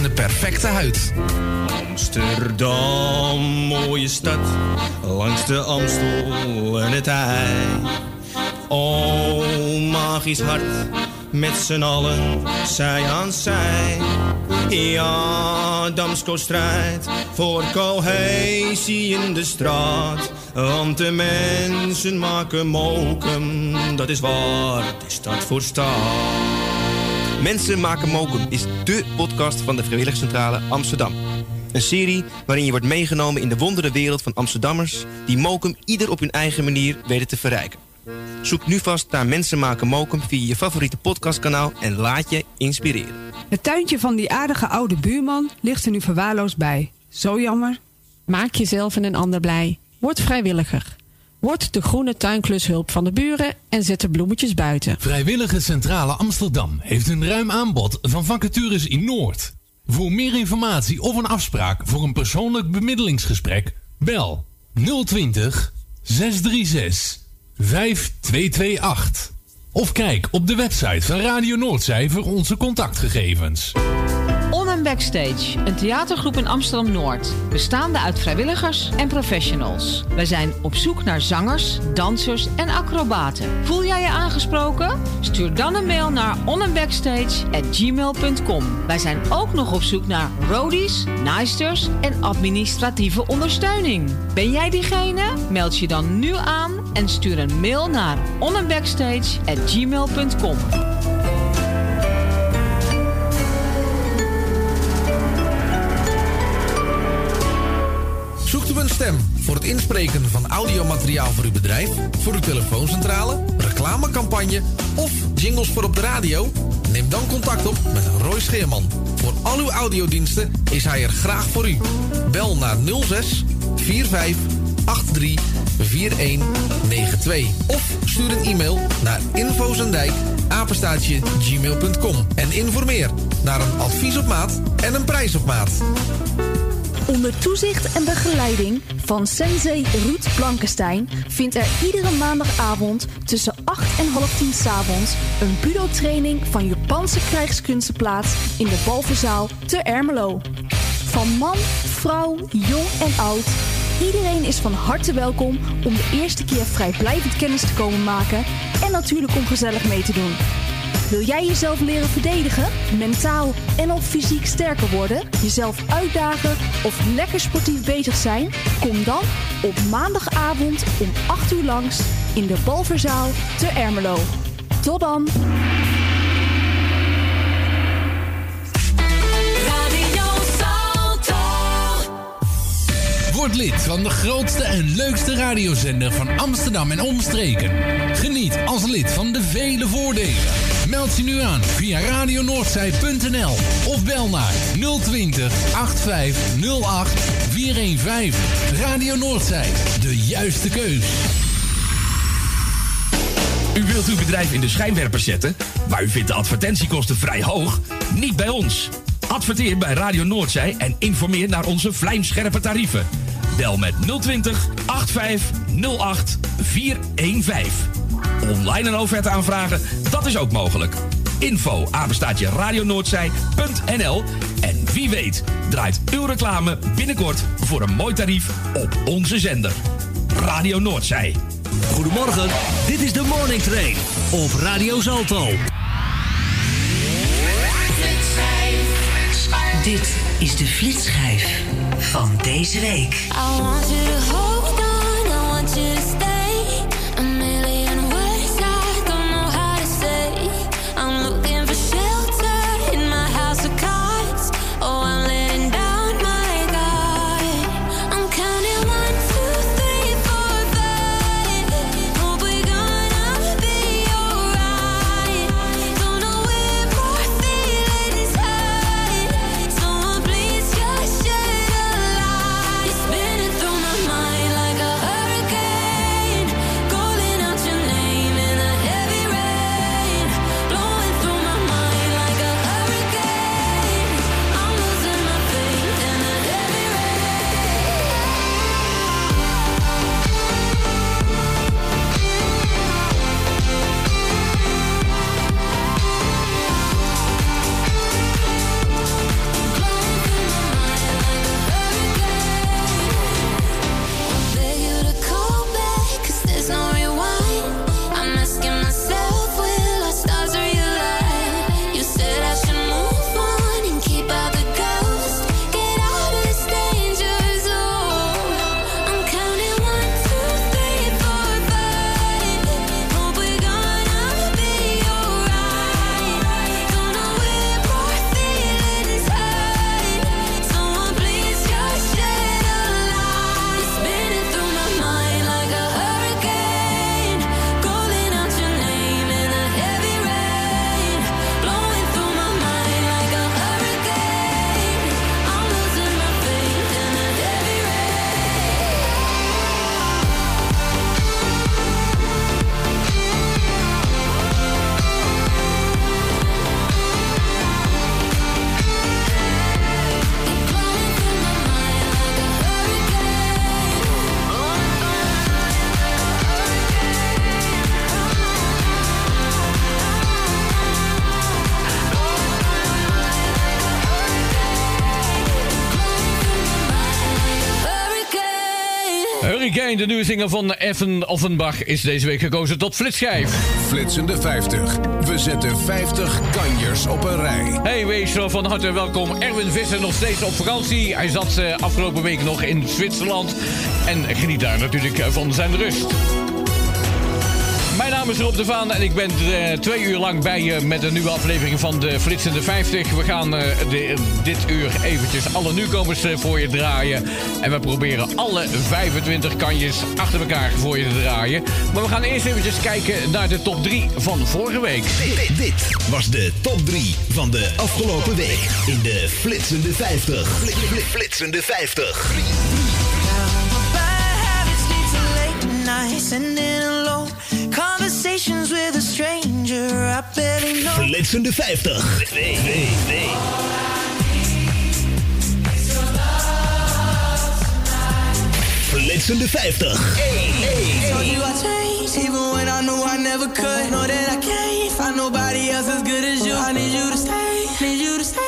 de perfecte huid. Amsterdam, mooie stad, langs de Amstel en het IJ. O, magisch hart, met z'n allen, zij aan zij. Ja, Damsko strijdt voor cohesie in de straat. Want de mensen maken mokum, dat is waar de stad voor staat. Mensen maken mokum is dé podcast van de Vrijwilligerscentrale Amsterdam. Een serie waarin je wordt meegenomen in de wonderenwereld van Amsterdammers die mokum ieder op hun eigen manier weten te verrijken. Zoek nu vast naar Mensen maken mokum via je favoriete podcastkanaal en laat je inspireren. Het tuintje van die aardige oude buurman ligt er nu verwaarloosd bij. Zo jammer. Maak jezelf en een ander blij. Word vrijwilliger. Word de groene tuinklushulp van de buren en zet de bloemetjes buiten. Vrijwilligerscentrale Amsterdam heeft een ruim aanbod van vacatures in Noord. Voor meer informatie of een afspraak voor een persoonlijk bemiddelingsgesprek, bel 020 636 5228. Of kijk op de website van Radio Noordzij voor onze contactgegevens. On and Backstage, een theatergroep in Amsterdam-Noord. Bestaande uit vrijwilligers en professionals. Wij zijn op zoek naar zangers, dansers en acrobaten. Voel jij je aangesproken? Stuur dan een mail naar onandbackstage@gmail.com. Wij zijn ook nog op zoek naar roadies, naaisters en administratieve ondersteuning. Ben jij diegene? Meld je dan nu aan en stuur een mail naar onandbackstage@gmail.com. Zoekt u een stem voor het inspreken van audiomateriaal voor uw bedrijf, voor uw telefooncentrale, reclamecampagne of jingles voor op de radio? Neem dan contact op met Roy Scheerman. Voor al uw audiodiensten is hij er graag voor u. Bel naar 06 45 83 4192 of stuur een e-mail naar infozendijk@gmail.com en informeer naar een advies op maat en een prijs op maat. Onder toezicht en begeleiding van sensei Ruud Blankenstein vindt er iedere maandagavond tussen 8 en half 10 s'avonds een budo-training van Japanse krijgskunsten plaats in de Balverzaal te Ermelo. Van man, vrouw, jong en oud, iedereen is van harte welkom om de eerste keer vrijblijvend kennis te komen maken en natuurlijk om gezellig mee te doen. Wil jij jezelf leren verdedigen, mentaal en of fysiek sterker worden, jezelf uitdagen of lekker sportief bezig zijn? Kom dan op maandagavond om 8 uur langs in de Balverzaal te Ermelo. Tot dan! Word lid van de grootste en leukste radiozender van Amsterdam en omstreken. Geniet als lid van de vele voordelen. Meld je nu aan via radionoordzij.nl of bel naar 020 8508 415. Radio Noordzij, de juiste keus. U wilt uw bedrijf in de schijnwerpers zetten, maar u vindt de advertentiekosten vrij hoog? Niet bij ons. Adverteer bij Radio Noordzij en informeer naar onze vlijmscherpe tarieven. Bel met 020 8508 415. Online een offerte aanvragen, dat is ook mogelijk. Info @radionoordzij.nl. En wie weet draait uw reclame binnenkort voor een mooi tarief op onze zender. Radio Noordzij. Goedemorgen, dit is de Morning Train op Radio Zalto. Dit is de flitsschijf van deze week. I want you to hold on, I want you to stay. A million words I don't know how to say. I'm looking for shelter in my house of cards. Oh, I'm letting down my guard. I'm counting 1, 2, 3, 4, 5. Hope we're gonna be alright. Don't know where more feelings hide. Someone please just shed a light. You're spinning through my mind Again, de nieuwe zinger van Evan Offenbach, is deze week gekozen tot flitsschijf. Flitsende 50. We zetten 50 kanjers op een rij. Hey, wees van harte welkom. Erwin Visser nog steeds op vakantie. Hij zat afgelopen week nog in Zwitserland en geniet daar natuurlijk van zijn rust. Mijn naam is Rob de Vaan en ik ben 2 uur lang bij je met een nieuwe aflevering van de Flitsende 50. We gaan dit uur eventjes alle nieuwkomers voor je draaien. En we proberen alle 25 kanjes achter elkaar voor je te draaien. Maar we gaan eerst eventjes kijken naar de top 3 van vorige week. Dit was de top 3 van de afgelopen week in de Flitsende 50. Flitsende 50. Conversations with a stranger, I barely know. Flitsende 50. Flitsende 50. Told you I changed, even when I knew I never could. Know that I can't find nobody else as good as you. I need you to stay, need you to stay.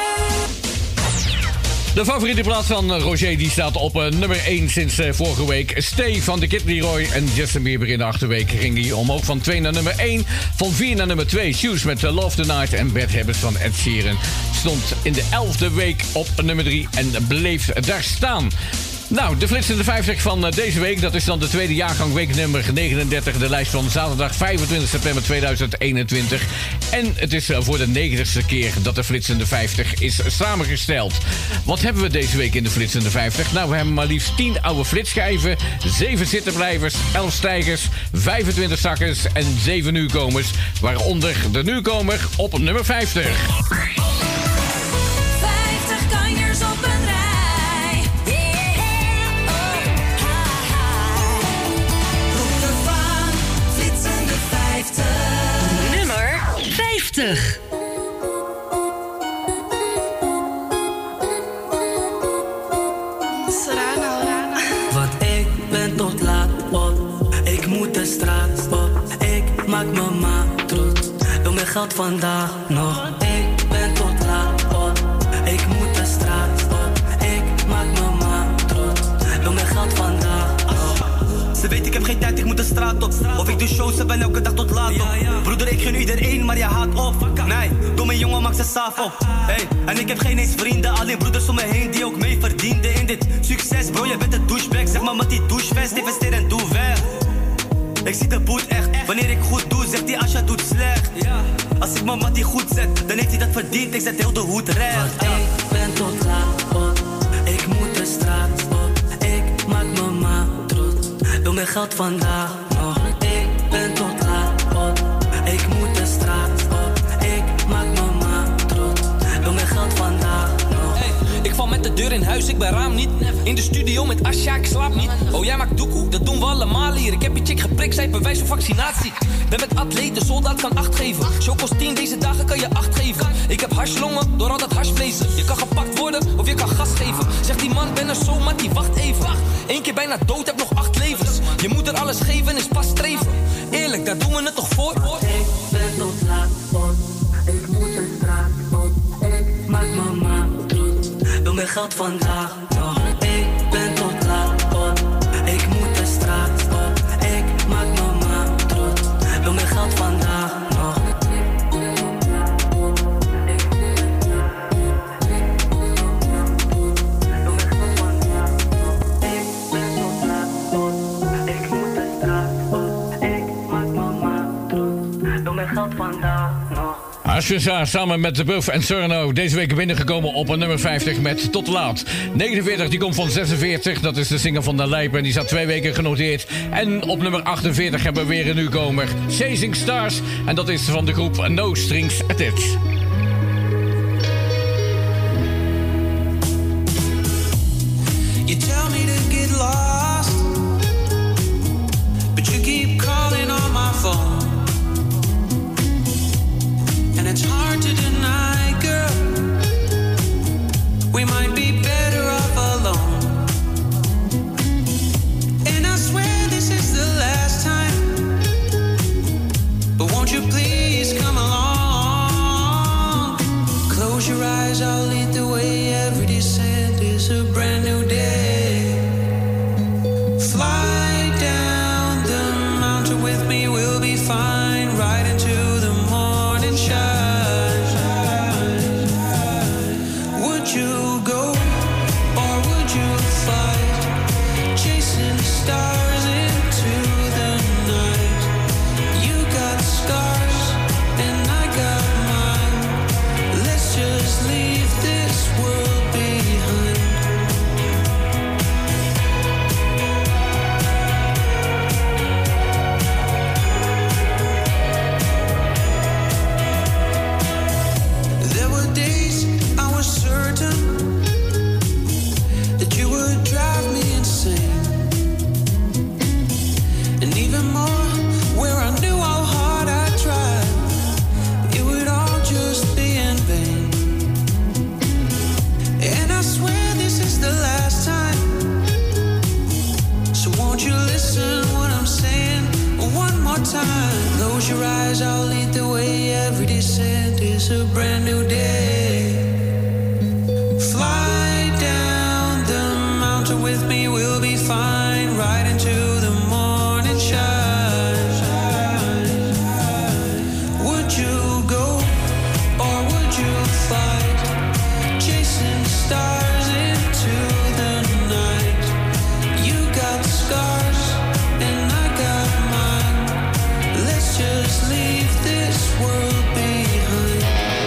De favoriete plaats van Roger die staat op nummer 1 sinds vorige week. Stay van de Kid Leroy en Justin Bieber in de achterweek ging hij omhoog van 2 naar nummer 1. Van 4 naar nummer 2. Shoes met Love Tonight en Bad Habits van Ed Sheeran stond in de 11e week op nummer 3 en bleef daar staan. Nou, de Flitsende 50 van deze week, dat is dan de tweede jaargang, week nummer 39. De lijst van zaterdag 25 september 2021. En het is voor de 90ste keer dat de Flitsende 50 is samengesteld. Wat hebben we deze week in de Flitsende 50? Nou, we hebben maar liefst 10 oude flitsschijven, 7 zittenblijvers, 11 stijgers, 25 zakkers en 7 nieuwkomers. Waaronder de nieuwkomer op nummer 50. 50 kanjers op een rij. Nummer 50. Want ik ben tot laat op. Ik moet de straat op. Ik maak me maar trots. Wil mijn geld vandaag nog. Ik ben tot laat op. Ik moet de straat op. Ik maak me maar trots. Wil mijn geld vandaag nog. Ze weet ik heb geen tijd, ik moet de straat op. Of ik doe shows, ze ben elke dag tot laat op. Broeder, ik gun iedereen, maar je haat op. Nee, doe mijn jongen, maak ze saaf op. Hey, en ik heb geen eens vrienden, alleen broeders om me heen die ook mee verdienden in dit succes. Bro, je bent een douchebag, zeg maar met die douchevest, investeer en doe weg. Ik zie de boet echt, wanneer ik goed doe, zegt die Asja doet slecht. Als ik mijn mattie goed zet, dan heeft hij dat verdiend, ik zet heel de hoed recht. Want ik ben tot laat op. Ik moet de straat op. Ik maak me maar trots. Wil mijn geld vandaag nog. Ik ben tot laat op. Ik moet de straat op. Ik maak me maar trots. Wil mijn geld vandaag nog. Hey, ik val met de deur in huis, ik ben raam niet. In de studio met Asja, ik slaap niet. Oh, jij maakt doekoe, dat doen we allemaal hier. Ik heb je chick geprikt, zij bewijs van vaccinatie. Ben met atleten, soldaat kan 8 geven. Show kost 10, deze dagen kan je 8 geven. Ik heb harslongen, door al dat harsvlezen. Je kan gepakt worden, of je kan gas geven. Zegt die man, ben er zo, maar die wacht even. 1 keer bijna dood, heb nog 8 levens. Je moet er alles geven, is pas streven. Eerlijk, daar doen we het toch voor? Ik ben tot laat op. Ik moet de straat op. Ik maak me maar trots. Wil mijn geld vandaag nog. Ik ben tot laat op. Ik moet de straat op. Ik maak me maar trots. Wil mijn geld vandaag nog. Asja samen met de Buff en Cerno deze week binnengekomen op een nummer 50 met Tot Laat. 49 die komt van 46, dat is de single van de Lijp en die staat 2 weken genoteerd. En op nummer 48 hebben we weer een nieuwkomer, Chasing Stars. En dat is van de groep No Strings Attached. You tell me to get lost, but you keep calling on my phone. And it's hard to deny, girl, we might be better off alone. And I swear this is the last time, but won't you please come along? Close your eyes, I'll lead the way. Every descent is a brand new day. Fly Would you go or would you fight? Chasing the stars into the night. You got scars and I got mine. Let's just leave this world behind. There were days I was certain that you would drive me insane, and even more where I knew how hard I tried, it would all just be in vain. And I swear this is the last time, so won't you listen what I'm saying one more time? Close your eyes, I'll lead the way. Every descent is a brand new day. Fly down the mountain with me, we'll be fine. Right into the morning shine. Would you go or would you fight? Chasing stars into the night. You got scars and I got mine. Let's just leave this world behind.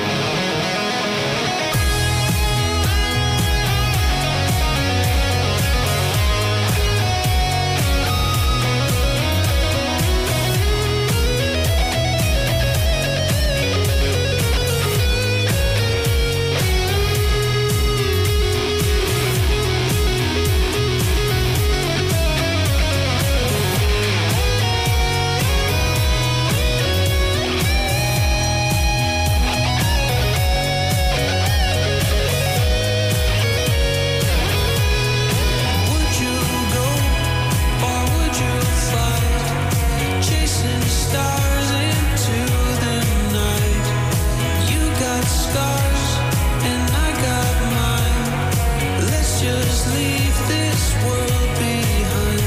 Would you go or would you fight? Chasing stars into the night. You got scars and I got mine. Let's just leave this world behind.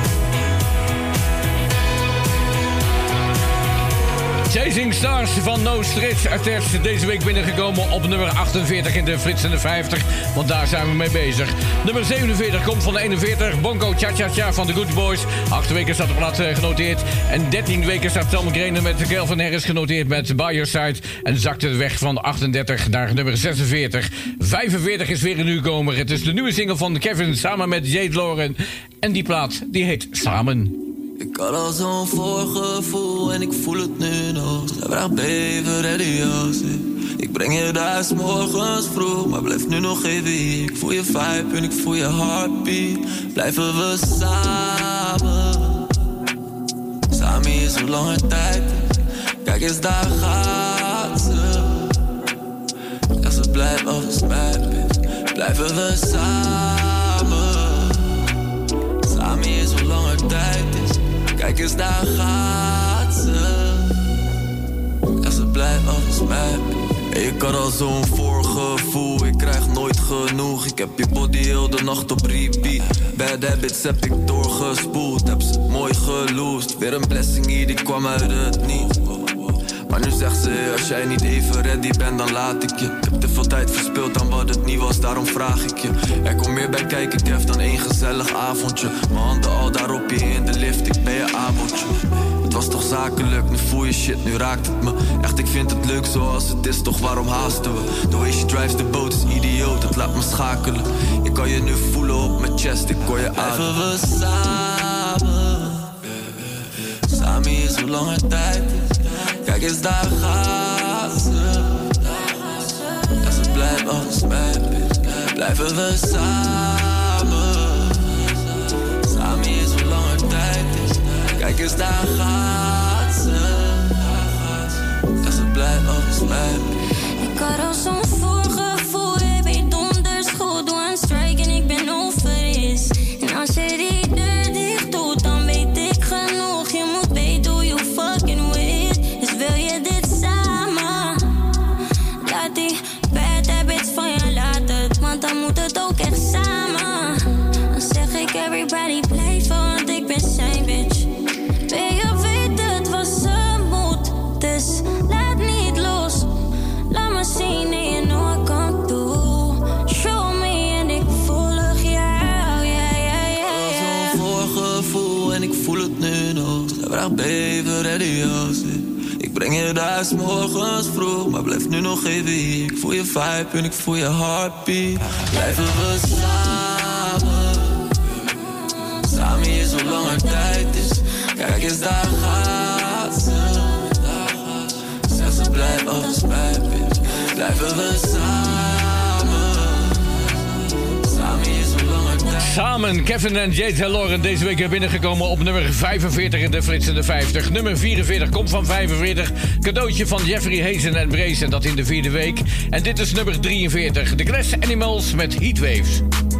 Chasing Stars van No Strits. Artest deze week binnengekomen op nummer 48 in de flitsende 50. Want daar zijn we mee bezig. Nummer 47 komt van de 41. Bongo Cha Cha Cha van de Good Boys. 8 weken staat de plaat genoteerd. En 13 weken staat Tom Grenen met Calvin Harris genoteerd met By Your Side. En zakte de weg van 38 naar nummer 46. 45 is weer een nieuwkomer. Het is de nieuwe single van Kevin samen met Jade Lauren. En die plaat die heet Samen. Ik had al zo'n voorgevoel en ik voel het nu nog. Zij vraagt baby, ready als ik breng je daar 's morgens vroeg, maar blijf nu nog even hier. Ik voel je vibe en ik voel je heartbeat. Blijven we samen. Samen is zo lange tijd. Kijk eens, daar gaat ze. Ja, ze blijft als mij, bitch. Blijven we samen. Samen is zo lange tijd is. Kijk eens, daar gaat ze. Ja, ze blijft als mij. Ik had al zo'n voorgevoel, ik krijg nooit genoeg. Ik heb je body heel de nacht op repeat. Bad habits heb ik doorgespoeld, heb ze mooi geloosd. Weer een blessing hier, die kwam uit het niet. Maar nu zegt ze, als jij niet even ready bent, dan laat ik je. Ik heb te veel tijd verspild aan wat het niet was, daarom vraag ik je. Er komt meer bij kijken, Kev, dan één gezellig avondje. Mijn handen al daarop je in de lift, ik ben je abeltje. Het was toch zakelijk, nu voel je shit, nu raakt het me. Echt, ik vind het leuk zoals het is, toch waarom haasten we? The way she drives the boat is idioot, het laat me schakelen. Ik kan je nu voelen op mijn chest, ik hoor je ademen. Blijven we samen. Samen is zo lange tijd is. Kijk eens, daar gaat ze. Ja, ze blijft als mij, bitch. Blijven we samen. Samen is zo lange tijd is. Kijk eens, daar gaat ze. Ja, ze blijft als mij, bitch. Ik had al zo'n voorgevoel, je weet donders goed. Doe een strike en ik ben over is. En als je die deur dicht doet, dan weet ik genoeg. Je moet weten hoe you fucking with. Dus wil je dit samen? Laat die bad habits van je laten, want dan moet het ook echt samen. Dan zeg ik everybody blijven, want ik ben zijn bitch. Wil je weten, het was een moed, dus laat niet los. Laat me zien in je vraag baby, ready als ik breng je daar 's morgens vroeg, maar blijf nu nog even hier. Ik voel je vibe en ik voel je heartbeat. Blijven we samen, samen hier zolang er tijd is. Kijk eens, daar gaat ze. Zeg ze blij als spijt is. Blijven we samen, samen hier zolang er tijd is. Samen, Kevin en J.J. Lauren deze week weer binnengekomen op nummer 45 in de Flitsende 50. Nummer 44 komt van 45. Cadeautje van Jeffrey Hazen en Brace en dat in de 4e week. En dit is nummer 43. The Glass Animals met Heatwaves.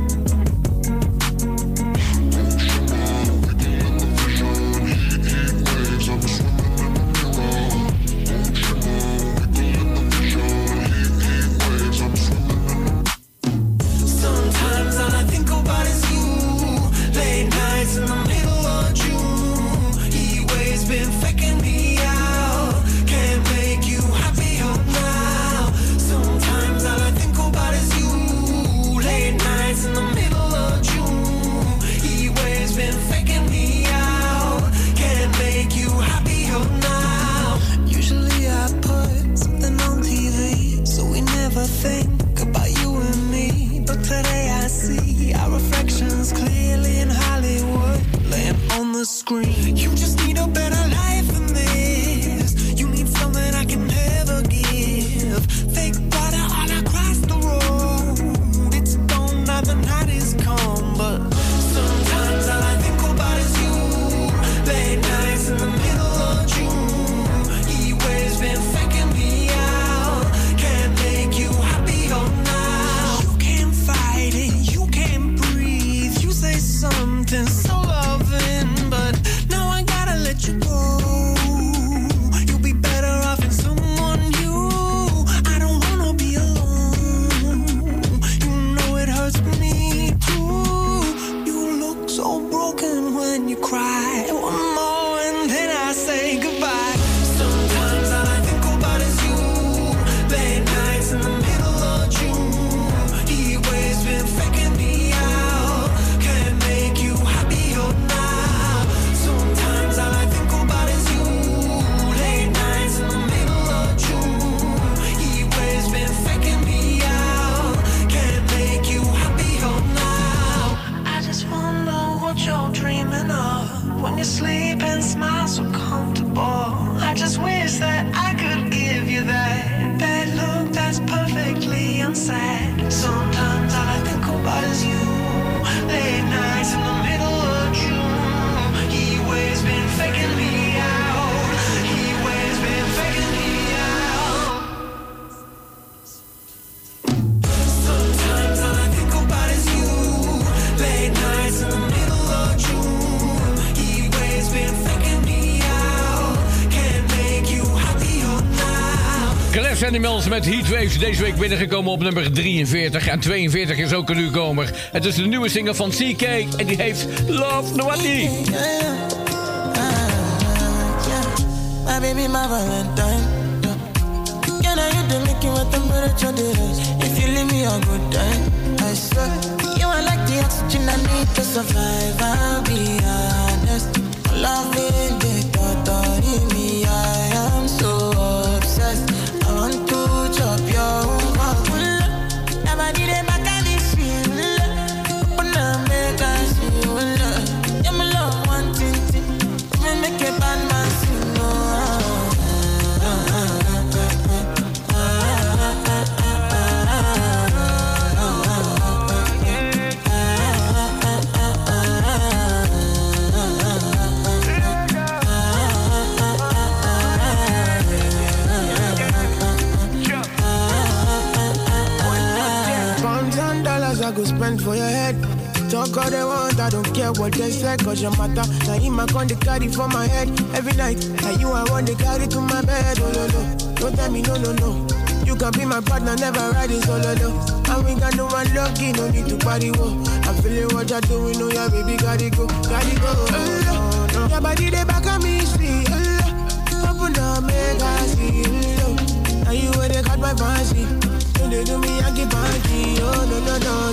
Animals met Heatwaves deze week binnengekomen op nummer 43. En 42 is ook een nieuwkomer. Het is de nieuwe single van CK en die heeft Love Nobody. My baby, my Valentine. Can I hit the making with temperature days? If you leave me a good time, I swear. You are like the oxygen I need to survive. I'll be honest. Loving the thought in me, I am so obsessed. I want to chop your heart. Never did it back at this feel. Open up, make us feel. Yeah, my love, one thing. Me make a bad man sing. I go spend for your head. Talk all they want, I don't care what they say. Cause your matter, now you my con they carry for my head. Every night, now you I want to carry to my bed. Oh no no, don't tell me no no no. You can be my partner, never riding solo though. And we got no one lucky, no need to party whoa. I'm feeling what you're doing, oh yeah baby, gotta go, gotta go. Oh, no. Your body they back at me, see. Open up, make I see. Now you where they got my fancy. They do me, I get banky. Oh, no, no, no,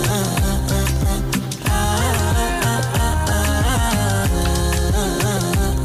no,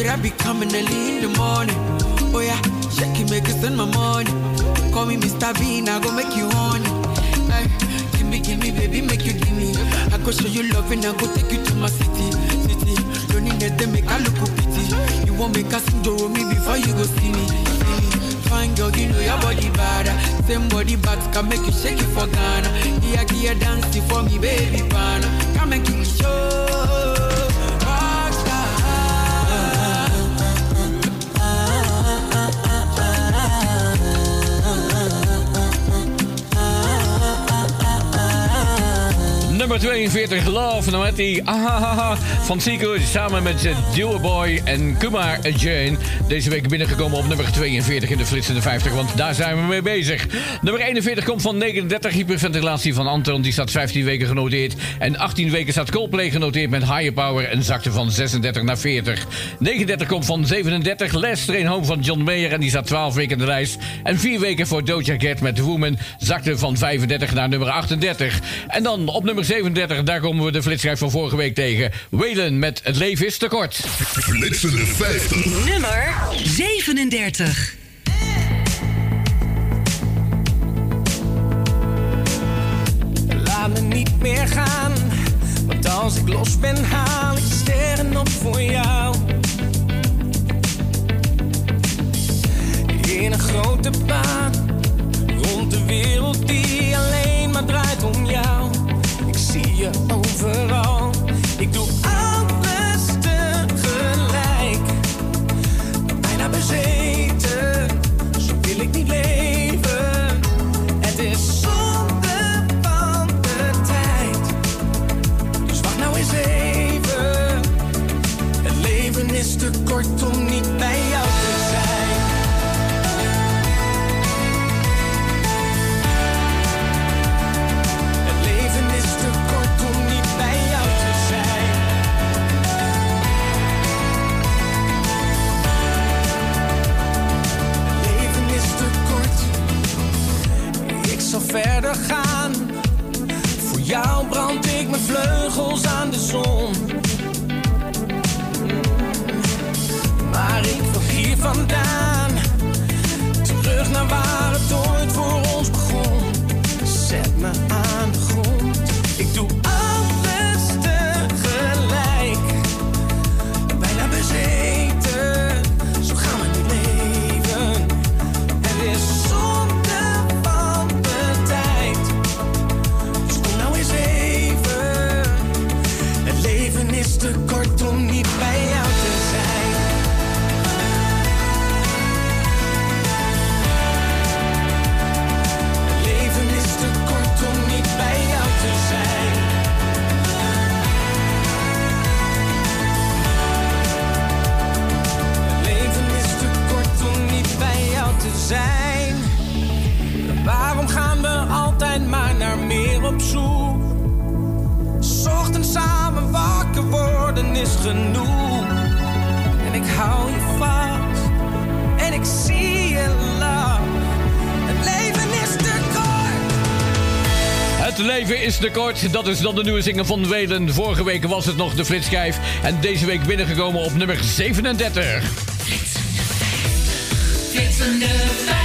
I be coming early in the morning. Oh yeah, shake it, make it send my money. Call me Mr. Bean, I go make you honey. Hey, give me, baby, make you give me. I go show you love and I go take you to my city. Don't need them, make I look pity. You won't make us sing me before you go see me. Fine girl, you know your body bad. Same body bags can make you shake it for Ghana. Here, dancing for me, baby, pana. Come and give me show. Nummer 42, Love, nou met die van Seagood samen met Duo Boy en Kumar Jane. Deze week binnengekomen op nummer 42 in de flitsende 50, want daar zijn we mee bezig. Nummer 41 komt van 39, Hyperventilatie van Anton, die staat 15 weken genoteerd. En 18 weken staat Coldplay genoteerd met Higher Power en zakte van 36 naar 40. 39 komt van 37, Last Train Home van John Mayer en die staat 12 weken in de lijst. En 4 weken voor Doja Cat met The Woman, zakte van 35 naar nummer 38. En dan op nummer 37, daar komen we de flitsschijf van vorige week tegen. Waylon met Het leven is te kort. Flitsende 50. Nummer 37. Laat me niet meer gaan, want als ik los ben haal ik sterren op voor jou. In een grote baan, rond de wereld die alleen maar draait om jou. Zie je overal, ik doe alles tegelijk. Bijna bezeten, zo wil ik niet leven. Het is zonde van de tijd, dus wacht nou eens even. Het leven is te kort om niet bij jou te zijn. Verder gaan. Voor jou brand ik mijn vleugels aan de zon. Maar ik wil hier vandaan, terug naar waar het ooit voor ons begon. Zet me aan de grond, ik doe alles tegelijk. Bijna bezeten, zo gaan we niet leven. Het is te kort om niet bij jou te zijn. Het leven is te kort om niet bij jou te zijn. Het leven is te kort om niet bij jou te zijn. Waarom gaan we altijd maar naar meer op zoek? 's Ochtends samen wakker worden is genoeg. En ik hou je vast en ik zie je lach. Het leven is te kort. Het leven is te kort, dat is dan de nieuwe single van Waylon. Vorige week was het nog de flitsschijf en deze week binnengekomen op nummer 37. Flitsende 50.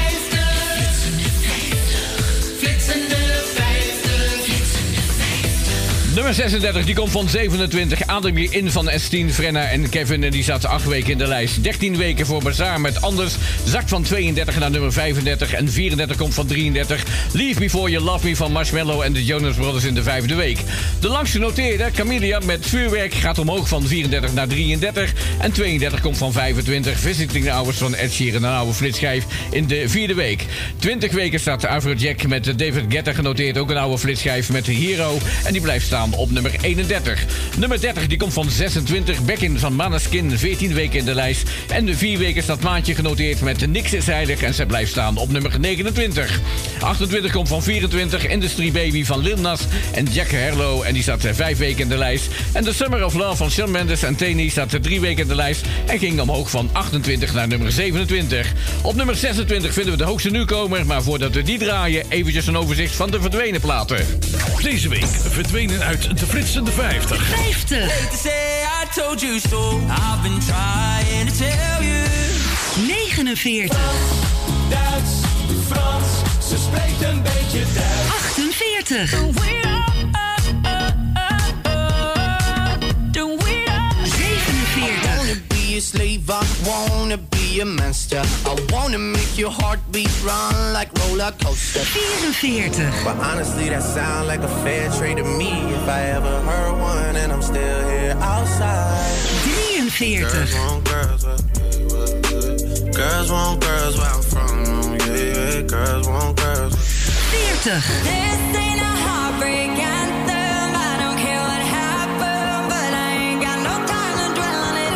Nummer 36, die komt van 27. Adem je in van Estine, Frenna en Kevin. En die staat 8 weken in de lijst. 13 weken voor Bazaar met Anders. Zakt van 32 naar nummer 35. En 34 komt van 33. Leave Before You Love Me van Marshmello en de Jonas Brothers in de 5e week. De langst genoteerde, Camellia met Vuurwerk, gaat omhoog van 34 naar 33. En 32 komt van 25. Visiting Hours van Ed Sheeran, een oude flitsschijf, in de 4e week. 20 weken staat Afrojack met David Guetta genoteerd. Ook een oude flitsschijf met Hero. En die blijft staan op nummer 31. Nummer 30, die komt van 26. Beckin van Maneskin, 14 weken in de lijst. En de 4 weken staat Maatje genoteerd met Niks is Heilig. En zij blijft staan op nummer 29. 28 komt van 24. Industry Baby van Lil Nas en Jack Harlow. En die staat 5 weken in de lijst. En The Summer of Love van Shawn Mendes en Teni staat 3 weken in de lijst. En ging omhoog van 28 naar nummer 27. Op nummer 26 vinden we de hoogste nieuwkomer. Maar voordat we die draaien, eventjes een overzicht van de verdwenen platen. Deze week verdwenen uit uit de flitsende 50. 50. Hate to say I told you so. I've been trying to tell you. 49. Duits, Frans, ze spreekt een beetje Duits. 48. 47. Be a slave, I wanna be a master. I wanna make your heartbeat run like roller coaster. 44. But honestly, that sound like a fair trade to me. If I ever heard one, and I'm still here outside. 43. Girls want girls, girls want girls where I'm from. Yeah, girls want girls. 40. This ain't a heartbreak anthem. I don't care what happened, but I ain't got no time to dwell on it.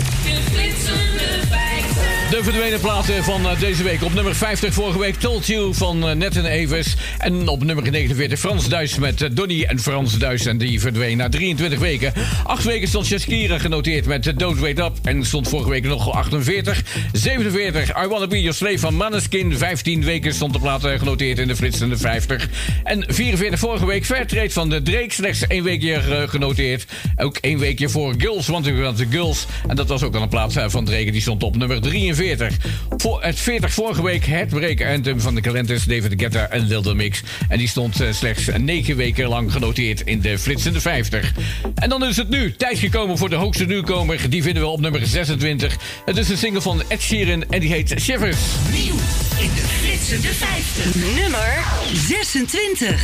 De verdwenen platen van deze week. Op nummer 50 vorige week Told You van Net en Evers. En op nummer 49 Frans Duis met Donnie en Frans Duis. En die verdween na 23 weken. 8 weken stond Shakira genoteerd met Don't Wait Up. En stond vorige week nog 48. 47 I Wanna Be Your Slave van Maneskin. 15 weken stond de plaat genoteerd in de flitsende 50. En 44 vorige week Fairtrade van de Drake. Slechts 1 weekje genoteerd. Ook 1 weekje voor Girls Want The Girls. En dat was ook dan een plaat van Drake. Die stond op nummer 43. Voor het 40 vorige week Heartbreak Anthem van de Calentes, David Guetta en Lil Mix. En die stond slechts 9 weken lang genoteerd in de flitsende 50. En dan is het nu tijd gekomen voor de hoogste nieuwkomer. Die vinden we op nummer 26. Het is een single van Ed Sheeran en die heet Shivers. Nieuw in de flitsende 50. Nummer 26.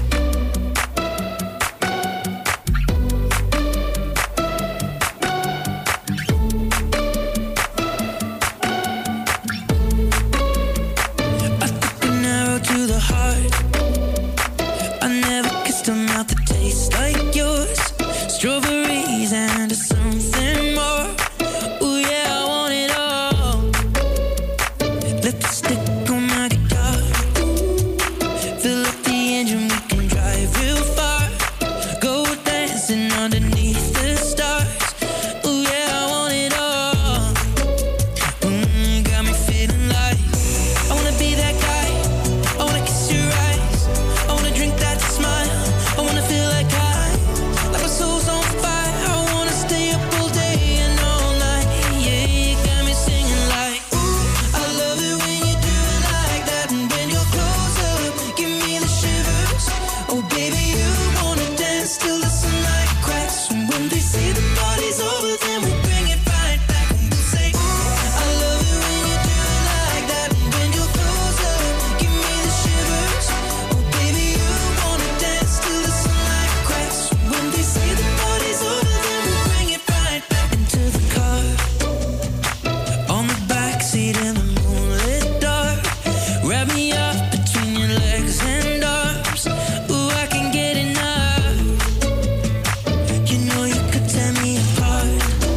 To the heart, I never kissed a mouth that tastes like yours. Strawberries and something more. Ooh yeah, I want it all. Lipstick on my guitar. Fill up the engine, we can drive real far. Go dancing underneath the stars. Ooh yeah, I want it all. Got me feeling like I wanna be that guy. I wanna kiss your eyes. I wanna drink that smile. I wanna feel like my soul's on fire. I wanna stay up all day and all night. Yeah, you got me singing like, ooh, I love it when you do it like that. And when you're close up, give me the shivers. Oh baby, you wanna dance till the sunlight cracks. And when they say the party's over, then we bring it right back. And we'll say, ooh, I love it when you do it like that. And when you're close up, give me the shivers. Oh baby, you wanna dance till the sunlight cracks. When they say the party's over, then we bring it right back into the car. On the backseat in the moonlit dark. Wrap me up between your legs and arms. Ooh, I can get enough. You know you could tear me apart.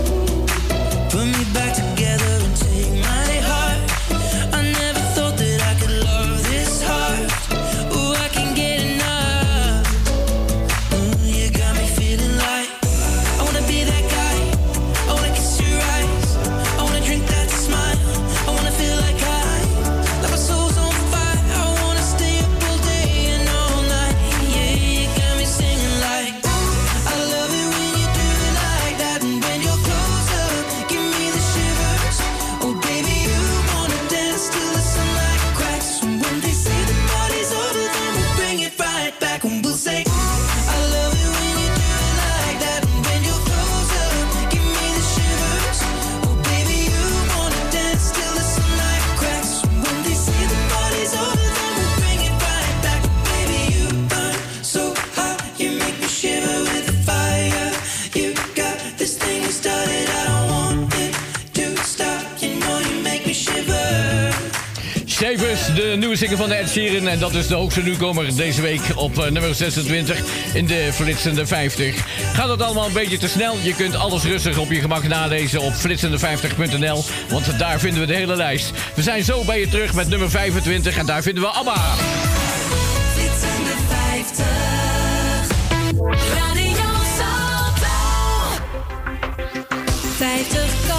Put me back together and take my heart. I never thought that I could love this hard. Ooh, I can get enough. Ooh, you got me feeling like I wanna be that guy. I wanna kiss your eyes. I wanna drink that smile. I wanna feel like my soul's on fire. I wanna stay up all day and all night. Yeah, you got me singing like, ooh, I love it when you do it like that. And when you're close up, give me the shivers. Oh baby, you wanna dance till the sunlight cracks. And when they say the party's over, then we'll bring it right back. And we'll say, ooh, I love it when you do it like that. And when you're close up, give me the shivers. Oh baby, you wanna dance till the sunlight cracks. And when they say the party's over, then we'll bring it right back. Baby, you burn so hot, you make me shiver with the fire. You got this thing you started, I don't want it to stop. You know you make me shiver. Shivers, de nieuwe single van Ed Sheeran. En dat is de hoogste nieuwkomer deze week op nummer 26 in de flitsende 50. Gaat het allemaal een beetje te snel? Je kunt alles rustig op je gemak nalezen op flitsende50.nl. Want daar vinden we de hele lijst. We zijn zo bij je terug met nummer 25 en daar vinden we ABBA. Flitsende 50. Radio Salto. 50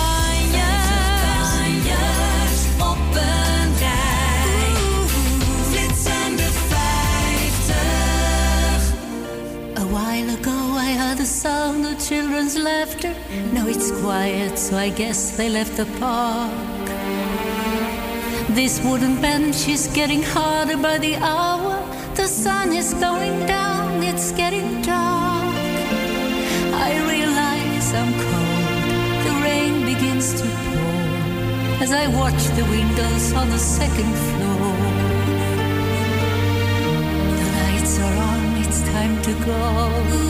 kanjers op een rij. Flitsende 50. A while ago children's laughter. Now it's quiet, so I guess they left the park. This wooden bench is getting harder by the hour. The sun is going down, it's getting dark. I realize I'm cold, the rain begins to pour as I watch the windows on the second floor. The lights are on, it's time to go.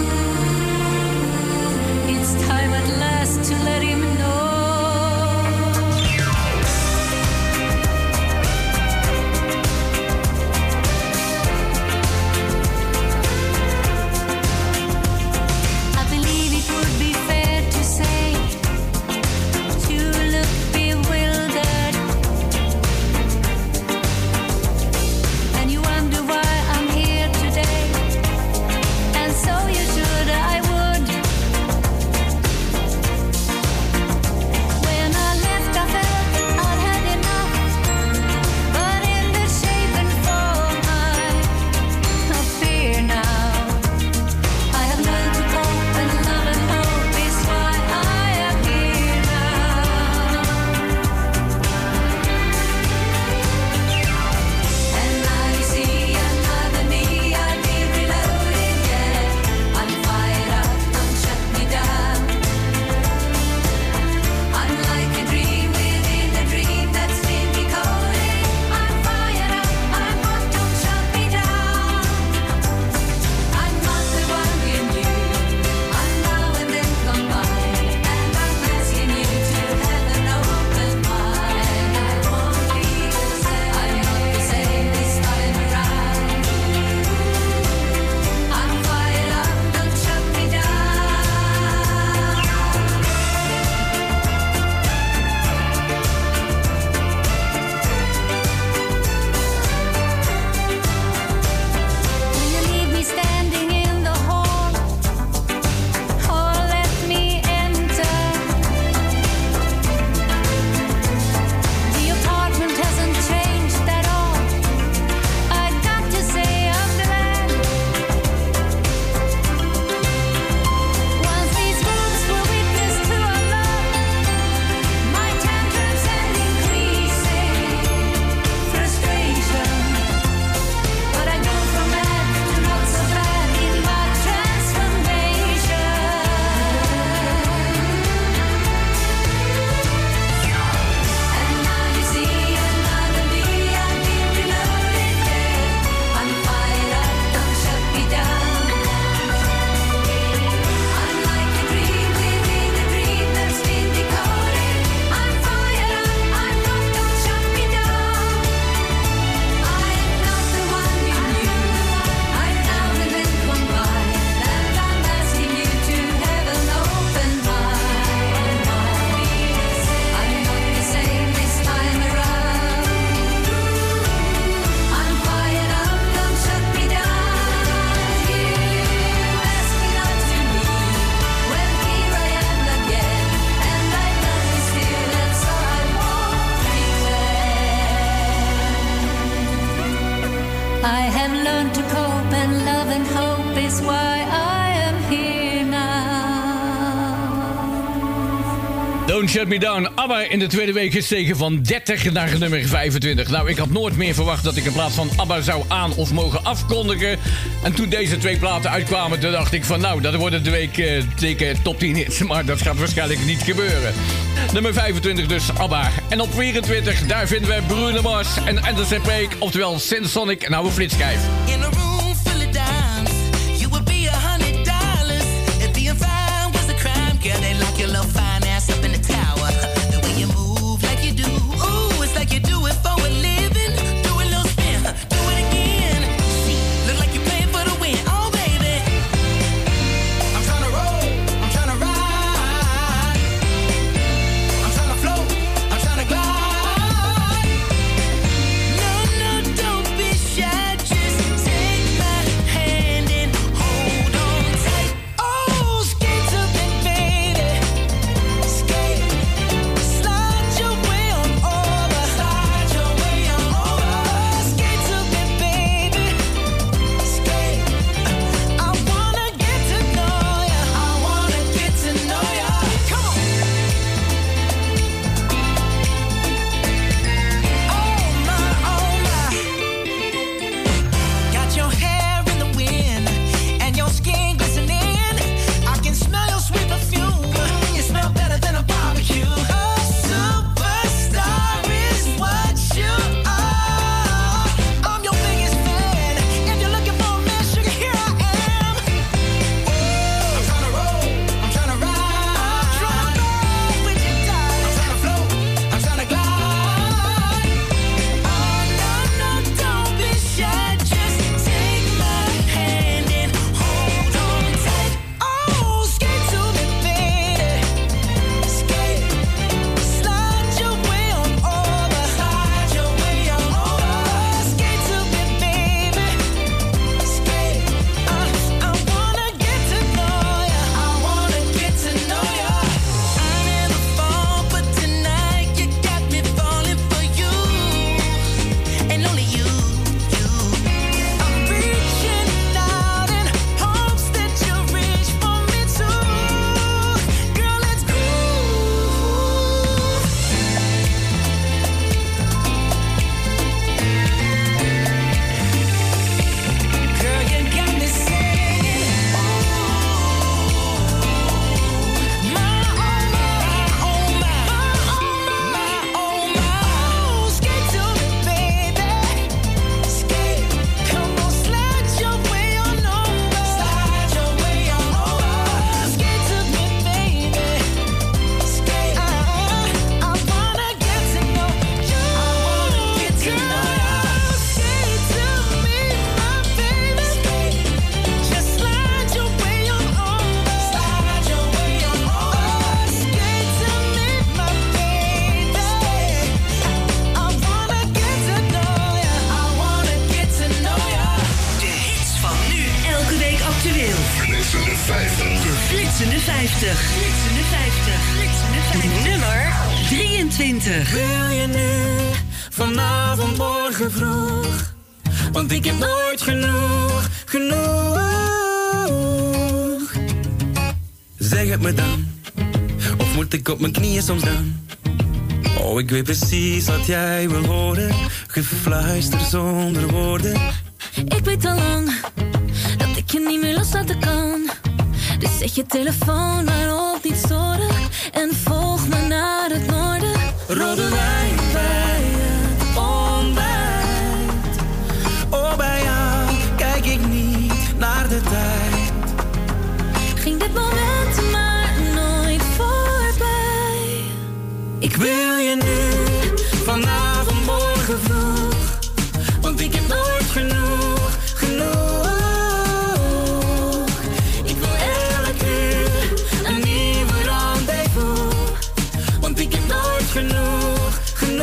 It's time at last to let him know. Don't Shut Me Down. ABBA in de tweede week gestegen van 30 naar nummer 25. Nou, ik had nooit meer verwacht dat ik in plaats van ABBA zou aan of mogen afkondigen. En toen deze twee platen uitkwamen, toen dacht ik van nou, dat wordt de week dikke top 10 hits. Maar dat gaat waarschijnlijk niet gebeuren. Nummer 25 dus ABBA. En op 24, daar vinden we Bruno Mars en Anderson .Paak, oftewel Sensonic, een oude flitschijf. In a room full of dimes, you would be $100 if being fine was a crime. Girl, they lock your little fine ass up in the tower. The way you move like you do, ooh, it's like you do it for a living. Do a little spin, do it again. Look like you're playing for the win, oh baby. I'm tryna roll, I'm tryna ride, I'm tryna float, I'm tryna glide. No, don't be shy, just take Actueel. Flitsende 50. De Flitsende 50. Flitsende 50. Flitsende 50. Nummer 23. Wil je nu, vanavond, morgen vroeg? Want ik heb nooit genoeg. Zeg het me dan, of moet ik op mijn knieën soms dan? Oh, ik weet precies wat jij wil horen. Gefluister zonder woorden. Ik weet al lang dat ik je niet meer loslaten kan. Dus zet je telefoon maar op niet storen. En volg me naar het noorden. Rode wijn bij het ontbijt. Oh, bij jou kijk ik niet naar de tijd. Ging dit moment maar nooit voorbij. Ik wil je nu, vanavond, morgen vroeg. Want ik heb nooit genoeg. Ik wil elke uur een nieuwe rendezvous. Want ik heb nooit genoeg.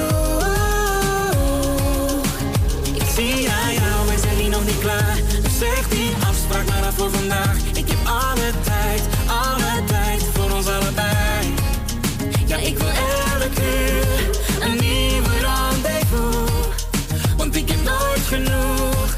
Ik zie aan jou, wij zijn hier nog niet klaar. Dus zeg die afspraak maar af voor vandaag. Ik heb alle tijd voor ons allebei. Ja, ik wil elke uur een nieuwe rendezvous. Want ik heb nooit genoeg.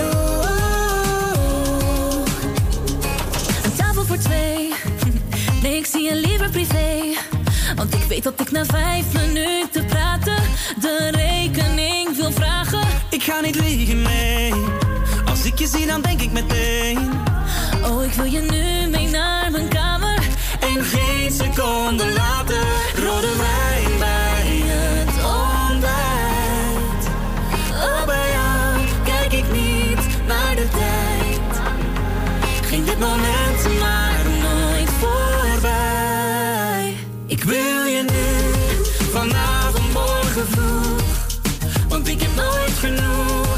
Een tafel voor twee. Nee, ik zie je liever privé. Want ik weet dat ik na 5 minuten praten de rekening wil vragen. Ik ga niet liegen, nee. Als ik je zie, dan denk ik meteen. Oh, ik wil je nu mee naar mijn kamer. En geen seconde later. Rode wijn bij het ontbijt. Oh, bij jou kijk ik niet naar de tijd. Ging dit moment maar nooit voorbij. Ik wil je nu, vanavond, morgen vroeg. Want ik heb nooit genoeg.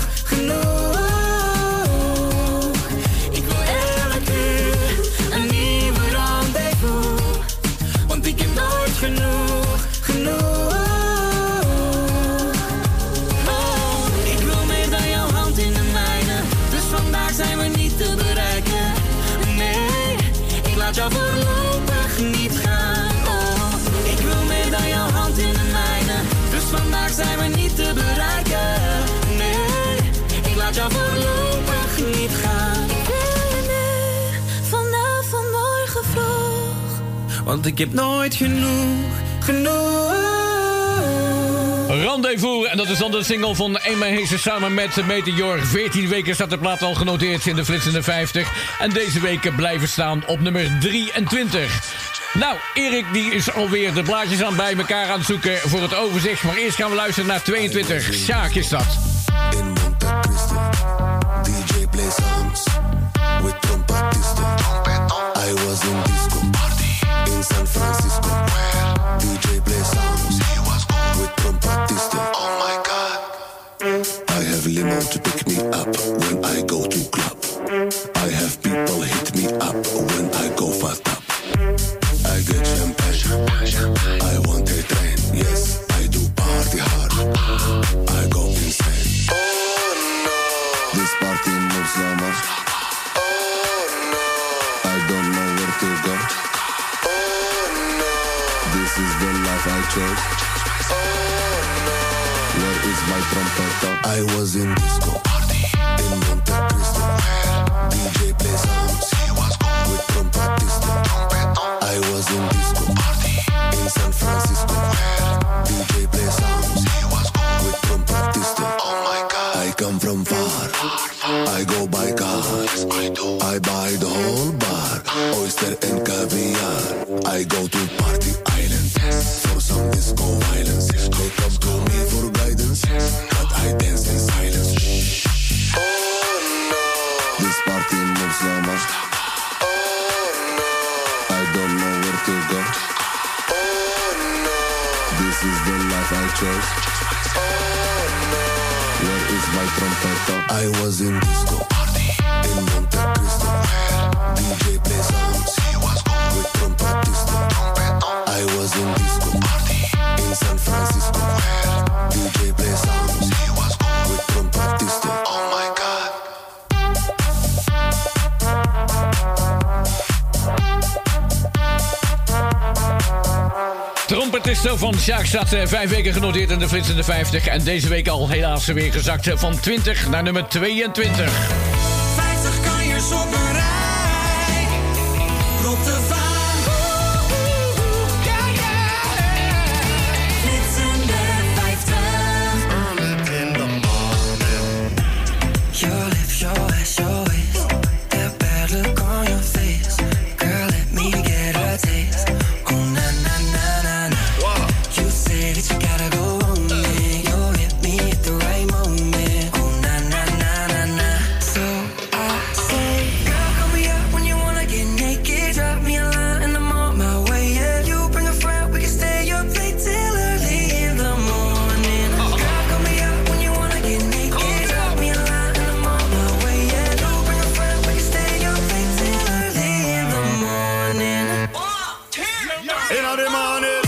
Ik wil elke uur een nieuwe rendezvous. Want ik heb nooit genoeg. Oh, ik wil meer dan jouw hand in de mijne. Dus vandaag zijn we niet te bereiken. Nee, ik laat jou voorlopig niet gaan. Oh, ik wil meer dan jouw hand in de mijne. Dus vandaag zijn we niet te bereiken. Nee, ik laat jou voorlopig niet gaan. Ik wil je nu, vanavond, morgen vroeg. Want ik heb nooit genoeg. Rendezvous, en dat is dan de single van Emma Heesen samen met Meteor. 14 weken staat de plaat al genoteerd in de Flitsende 50. En deze weken blijven staan op nummer 23. Nou, Erik die is alweer de blaadjes aan bij elkaar aan het zoeken voor het overzicht. Maar eerst gaan we luisteren naar 22. Sjaak is dat. In Monte Cristo, DJ play songs with trompetista. I was in disco in San Francisco. DJ play songs with trompetista. Oh my God. I have limo to pick me up when I go to club. I have people hit me up when I go fast up. I get champagne. I want a train. Yes, I do party hard. I go insane. Oh no, this party moves so much. Oh no, I don't know where to go. Oh no, this is the life I chose. Oh no, where is my trumpeter? I was in disco in Monte Cristo. DJ play songs with trompetista. I was in disco in San Francisco. DJ play songs with trompetista. Oh my God, I come from far. I go by cars. I buy the whole bar, oyster and caviar. I go to party island for some disco violence. They come to me for guidance, but I dance in silence. Oh no, this party moves so much. Oh no, I don't know where to go. Oh no, this is the life I chose. Oh no, where is my trumpeter? I was in disco in Monte Cristo. DJ play songs with trompetista. I was in disco in San Francisco. DJ play songs with trompetista. Oh my God. Trompetisto van Sjaak staat 5 weken genoteerd in de flitsende 50. En deze week al helaas weer gezakt van 20 naar nummer 22. 50 kanjers op een rij. Rob de Vaan. Flitsende 50. Early in the morning. Your lips, your ass, your waist. That bad look on your face. Girl, let me get a taste. Oh, na, na, na, na, na. You say that you gotta go home, man. You hit me at the right moment. Oh, na, na, na, na, na. So I say, girl, call me up when you wanna get naked. Drop me a line and I'm on my way, yeah. You bring a friend, we can stay up late till early in the morning. Girl, call me up when you wanna get naked. Drop me a line and I'm on my way, yeah. You bring a friend, we can stay up late till early in the morning. In the morning.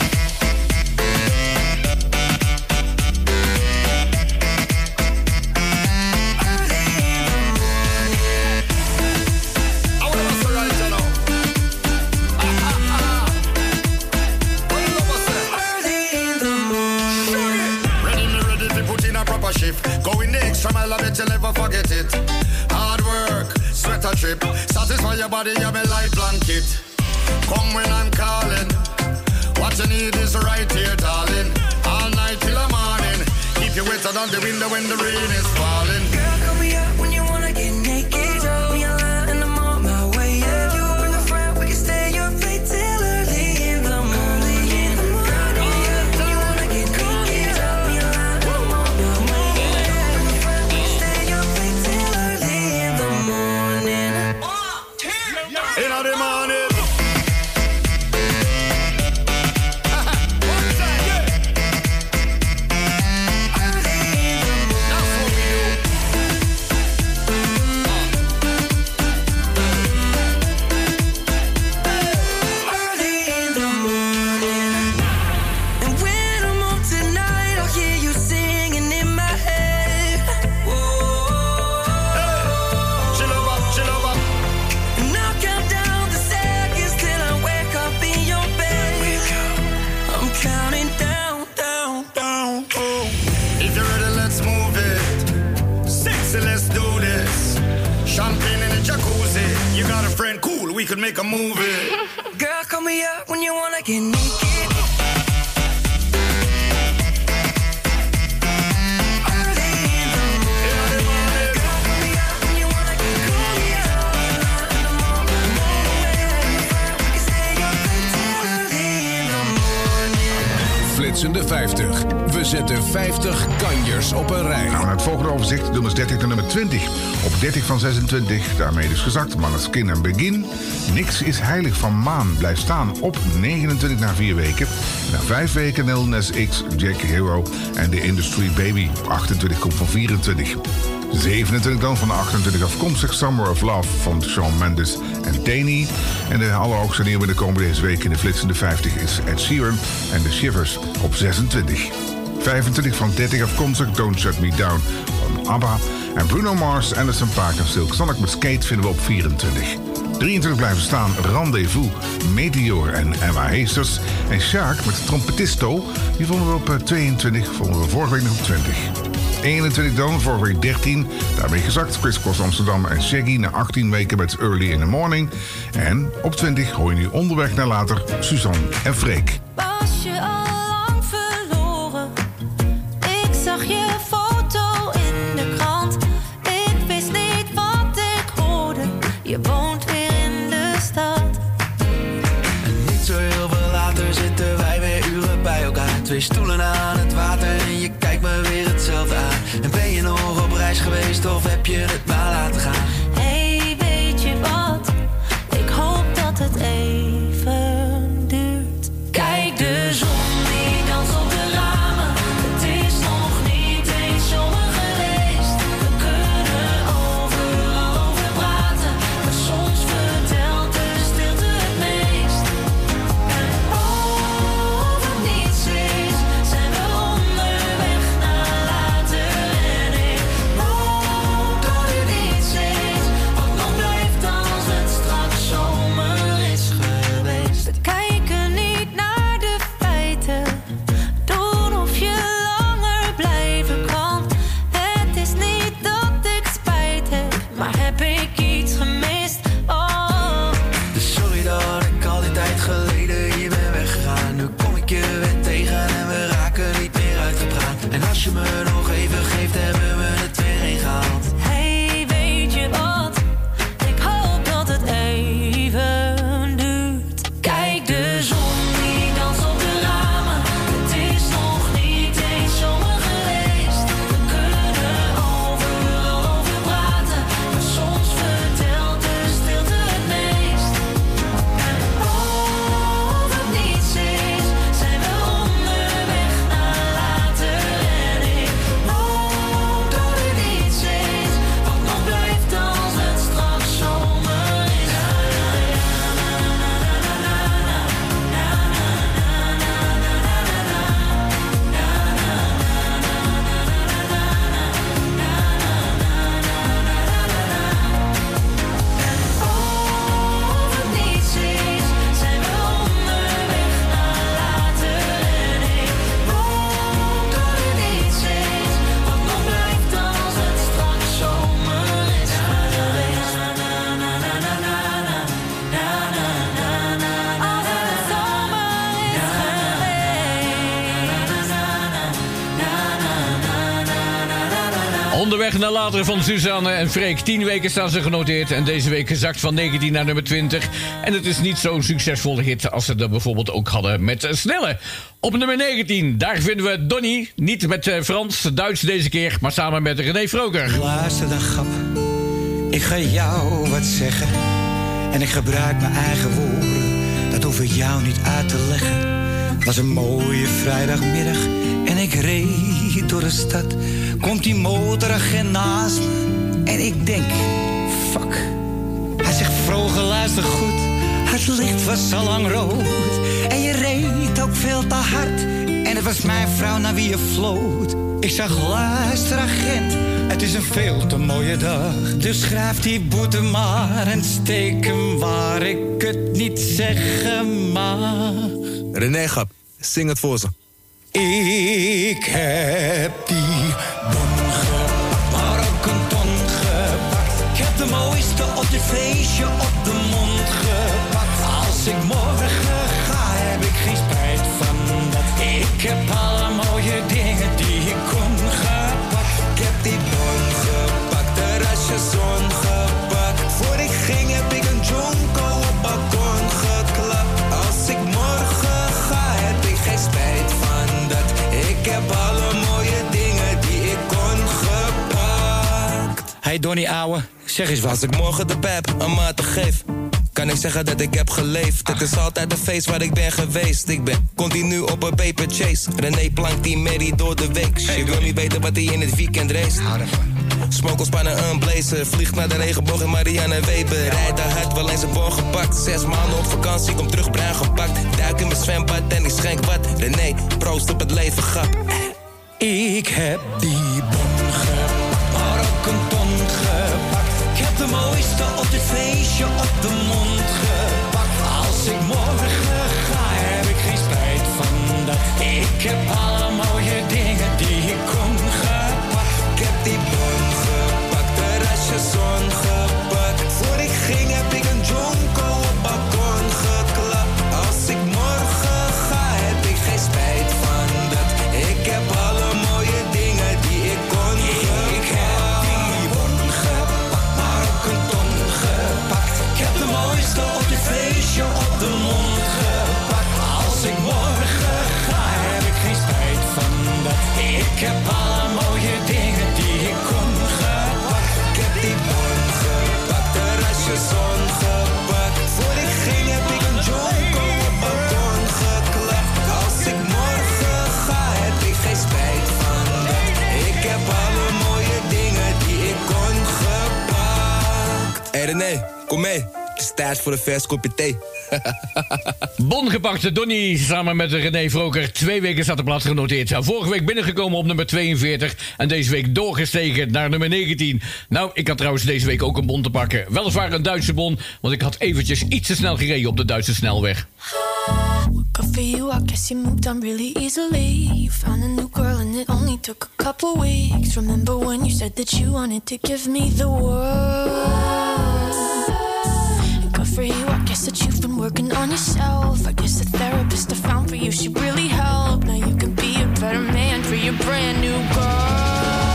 Going the extra mile, I bet you'll never forget it. Hard work, sweat a trip. Satisfy your body, you're my light blanket. Come when I'm calling. What you need is right here, darling. All night till the morning. Keep you wetter than the window when the rain is falling. Girl, call me up when you wanna get naked. Drop me a line and I'm on my way, yeah. You bring a friend, we can stay up late till early in the morning. Girl, call me up when you wanna get naked. Drop me a line and I'm on my way, yeah. You bring a friend, we can stay up late till early in the morning. In the morning. You got a friend, cool, we could make a movie. Girl, call me up when you wanna get naked. Flitsende 50. We zetten 50 kanjers op een rij. Nou, het volgende overzicht, nummers 30 naar nummer 20. Op 30 van 26, daarmee dus gezakt. Maneskin en Begin. Niks is heilig van Maan blijft staan op 29 na 4 weken. Na 5 weken Lil Nas X, Jack Hero en The Industry Baby. Op 28 komt van 24. 27 dan van 28 afkomstig Summer of Love van Shawn Mendes en Taney. En de allerhoogste nieuwe binnenkomen deze week in de flitsende 50 is Ed Sheeran en The Shivers op 26. 25 van 30 afkomstig Don't Shut Me Down van ABBA. En Bruno Mars, Anderson .Paak en Silk Sonic met Skate vinden we op 24. 23 blijven staan Rendezvous, Meteor en Emma Heesters. En Sjaak met Trompetisto, die vonden we op 22, vonden we vorige week nog op 20. 21 dan, vorige week 13, daarmee gezakt. Chris Cross Amsterdam en Shaggy na 18 weken met Early in the Morning. En op 20 hoor je nu onderweg naar later Suzanne en Freek. Was je al lang verloren? Ik zag je foto in de krant. Ik wist niet wat ik hoorde. Je woont weer in de stad. En niet zo heel veel later zitten wij weer uren bij elkaar. 2 stoelen aan het water en je kijkt me weer hetzelfde aan. En ben je nog op reis geweest of heb je het maar laten gaan? Hey, weet je wat? Ik hoop dat het even duurt. Kijk de zon die danst op de ramen. Het is nog niet eens zomer geweest. We kunnen overal over praten, maar soms vertelt de stilte het meest. En oh, wat niets is, zijn we onderweg naar later. En ik hoop dat het niet weg naar later van Suzanne en Freek. 10 weken staan ze genoteerd en deze week gezakt van 19 naar nummer 20. En het is niet zo'n succesvolle hit als ze er bijvoorbeeld ook hadden met Snelle. Op nummer 19, daar vinden we Donnie. Niet met Frans, Duits deze keer, maar samen met René Vroger. Luister dan, grap. Ik ga jou wat zeggen. En ik gebruik mijn eigen woorden. Dat hoef ik jou niet uit te leggen. Het was een mooie vrijdagmiddag. En ik reed door de stad. Komt die motoragent naast me. En ik denk, fuck. Hij zegt, Vroger, luister goed. Het licht was al lang rood. En je reed ook veel te hard. En het was mijn vrouw naar wie je floot. Ik zag, luister agent, het is een veel te mooie dag. Dus schrijf die boete maar en steek hem waar ik het niet zeggen mag. René Gap, zing het voor ze. Ik heb die bon gepakt, maar ook een ton gepakt. Ik heb de mooiste op dit feestje op de mond gepakt. Als ik morgen ga, heb ik geen spijt van dat. Ik heb alle mooie dingen die ik kon gepakt. Ik heb die bon gepakt, de rasje zon gepakt. Voor ik ging heb ik een jonko op balkon geklapt. Als ik morgen ga, heb ik geen spijt van dat. Ik heb alle mooie dingen die ik kon gepakt. Hey Donnie ouwe, zeg eens wat. Als ik morgen de pep een maat te geef, kan ik zeggen dat ik heb geleefd. Het is altijd een feest waar ik ben geweest. Ik ben continu op een paper chase. René plankt die Mary door de week. Je wil niet weten wat hij in het weekend race. Smokelspannen een blazer. Vliegt naar de regenboog in Marianne Weber. Rijdt daar hard, wel eens een bon gepakt. 6 maanden op vakantie, kom terug bruin gepakt. Duik in mijn zwembad en ik schenk wat. René, proost op het leven, grap. Ik heb die bon gepakt, maar ook een ton gepakt. Ik heb de mooiste op dit feestje op de mond gepakt. Als ik morgen ga, heb ik geen spijt van dat. Ik heb alle mooie dingen die ik kon gepakt. Ik heb die bon gepakt, de rasje zon gepakt. Voor ik ging heb ik een jonko op balkon geklapt. Als ik morgen ga, heb ik geen spijt van dat. Ik heb alle mooie dingen die ik kon gepakt. Ik heb die bon gepakt, maar ook een ton gepakt. Ik heb de mooiste op dit feestje op de mond gepakt. Als ik morgen ga, heb ik geen spijt van dat. Ik heb alle mooie dingen die ik kon gepakt. Ik heb die bon gepakt, de rasje zon gepakt. Voor ik ging heb ik een jonko op balkon geklapt. Als ik morgen ga, heb ik geen spijt van dat. Ik heb alle mooie dingen die ik kon gepakt. Hey René, kom mee. Het is tijd voor een vers kopje thee. Bon gepakt, Donnie samen met René Vroger. 2 weken staat de plaats genoteerd. Vorige week binnengekomen op nummer 42. En deze week doorgestegen naar nummer 19. Nou, ik had trouwens deze week ook een bon te pakken. Weliswaar een Duitse bon, want ik had eventjes iets te snel gereden op de Duitse snelweg. Good for you, I guess you moved on really easily. You found a new girl and it only took a couple weeks. Remember when you said that you wanted to give me the world? Good for you, I guess that you've been working on yourself. I guess the therapist I found for you should really help. Now you can be a better man for your brand new girl.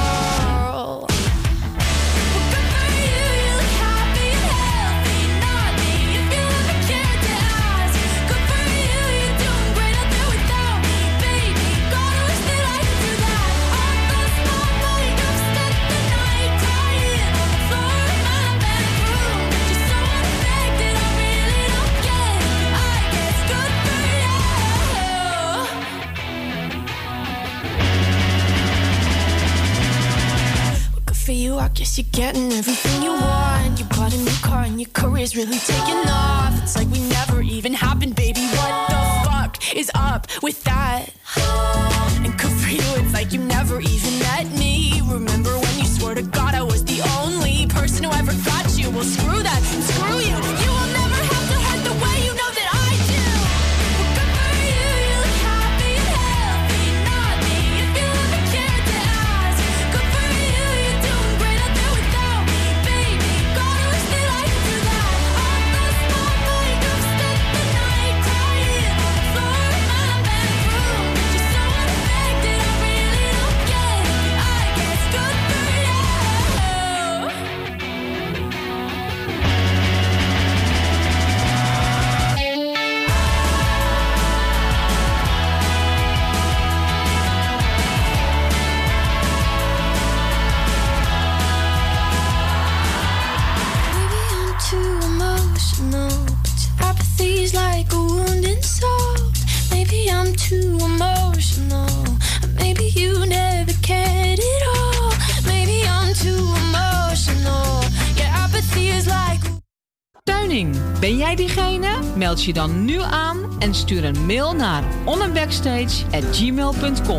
For you, I guess you're getting everything you want. You bought a new car and your career's really taking off. It's like we never even happened, baby. What the fuck is up with that? And good for you, it's like you never even met me. Remember when you swore to God I was the only person who ever got you? Well, screw that, screw you. You will never have to hurt the way you know that I do. Well, good for you, you look happy and healthy, not me. If you ever cared to ask, good for you, you're doing great out there without me, baby. God, I wish that I could do that. On the spot, like I've spent the night crying on the floor in my bedroom. Just so unaffected, I really don't get it. I guess good for you. vergunning. Ben jij diegene? Meld je dan nu aan en stuur een mail naar onandbackstage@gmail.com.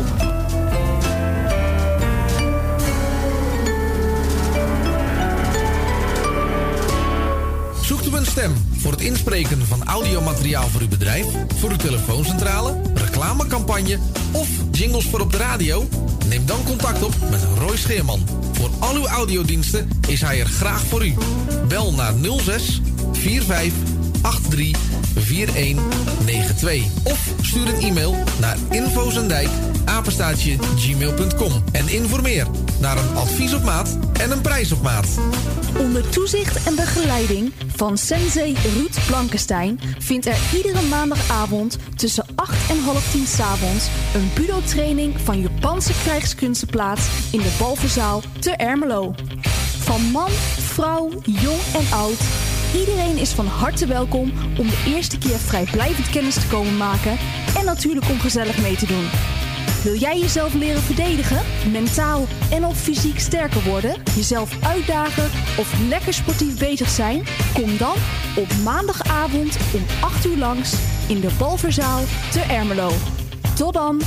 Zoekt u een stem voor het inspreken van audiomateriaal voor uw bedrijf, voor uw telefooncentrale, reclamecampagne of jingles voor op de radio? Neem dan contact op met Roy Scheerman. Voor al uw audiodiensten is hij er graag voor u. Bel naar 06 45 83 4192 of stuur een e-mail naar infozendijk@gmail.com en informeer naar een advies op maat en een prijs op maat. Onder toezicht en begeleiding van sensei Ruud Blankenstein vindt er iedere maandagavond tussen 8 en half 10 s'avonds een budo-training van Japanse krijgskunsten plaats in de Balverzaal te Ermelo. Van man, vrouw, jong en oud, iedereen is van harte welkom om de eerste keer vrijblijvend kennis te komen maken en natuurlijk om gezellig mee te doen. Wil jij jezelf leren verdedigen, mentaal en of fysiek sterker worden, jezelf uitdagen of lekker sportief bezig zijn? Kom dan op maandagavond om 8 uur langs in de Balverzaal te Ermelo. Tot dan!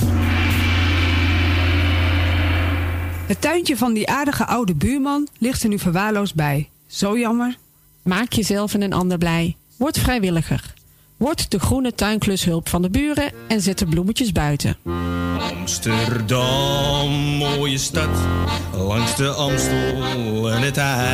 Het tuintje van die aardige oude buurman ligt er nu verwaarloosd bij. Zo jammer. Maak jezelf en een ander blij. Word vrijwilliger. Word de groene tuinklushulp van de buren en zet de bloemetjes buiten. Amsterdam, mooie stad, langs de Amstel en het IJ.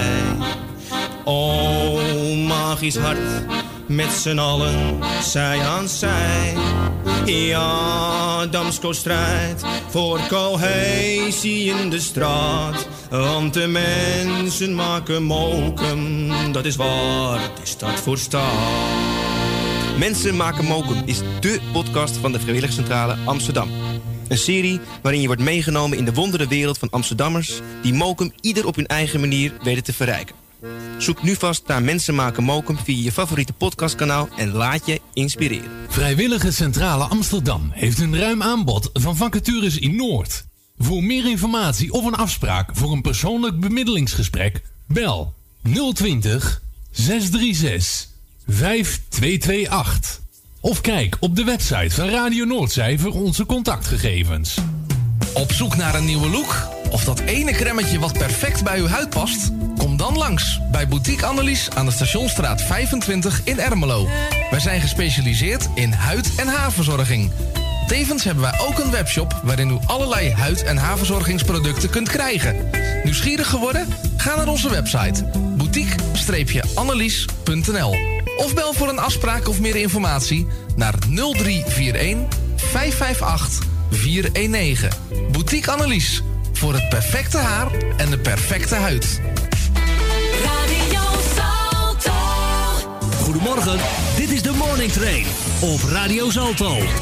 Oh, magisch hart, met z'n allen, zij aan zij. Ja, Damsko strijdt voor cohesie in de straat. Want de mensen maken mokum, dat is waar de stad voor staat. Mensen maken mokum is dé podcast van de Vrijwilligcentrale Amsterdam. Een serie waarin je wordt meegenomen in de wondere wereld van Amsterdammers die mokum ieder op hun eigen manier weten te verrijken. Zoek nu vast naar Mensen maken mokum via je favoriete podcastkanaal en laat je inspireren. Vrijwillige Centrale Amsterdam heeft een ruim aanbod van vacatures in Noord. Voor meer informatie of een afspraak voor een persoonlijk bemiddelingsgesprek, bel 020 636 5228. Of kijk op de website van Radio Noordzij voor onze contactgegevens. Op zoek naar een nieuwe look? Of dat ene cremmetje wat perfect bij uw huid past? Kom dan langs bij Boutique Annelies aan de Stationsstraat 25 in Ermelo. Wij zijn gespecialiseerd in huid- en haarverzorging. Tevens hebben wij ook een webshop waarin u allerlei huid- en haarverzorgingsproducten kunt krijgen. Nieuwsgierig geworden? Ga naar onze website boutique-annelies.nl of bel voor een afspraak of meer informatie naar 0341 558 419. Boutique Annelies. Voor het perfecte haar en de perfecte huid. Radio Salto. Goedemorgen, dit is de Morning Train op Radio Salto. 50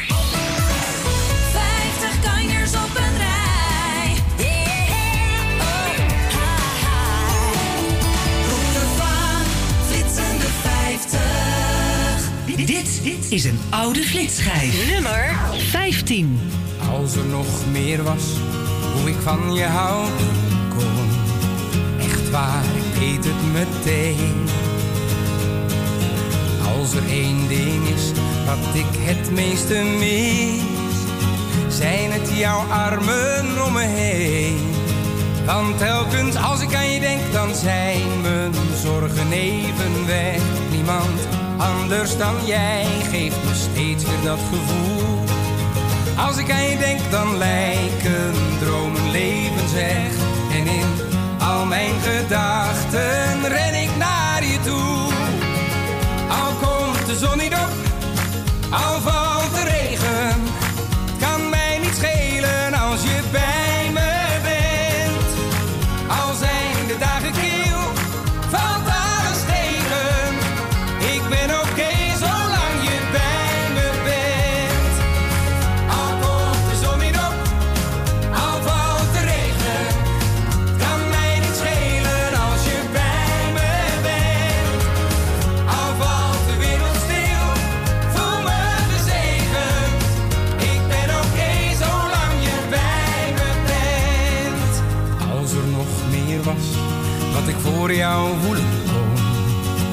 kanjers op een rij. Yeah, oh, ha, ha. Ronde van flitsende 50. Dit is een oude flitsschijf. Nummer 15. Als er nog meer was, hoe ik van je houden kon. Echt waar, ik weet het meteen. Als er één ding is wat ik het meeste mis, zijn het jouw armen om me heen. Want telkens als ik aan je denk, dan zijn mijn zorgen even weg. Niemand anders dan jij geeft me steeds weer dat gevoel. Als ik aan je denk, dan lijken dromen levensweg. En in al mijn gedachten ren ik naar je toe. Al komt de zon niet op, al valt de regen. Het kan mij niet schelen als je bij me bent. Al zijn de dagen kil, valt alles tegen. Ik ben oké zolang je bij me bent. Al komt de zon niet op, al valt de regen. Het kan mij niet schelen als je bij me bent. Al valt de wereld stil, voel me bezegend. Ik ben oké zolang je bij me bent. Als er nog meer was wat ik voor jou voelen kon,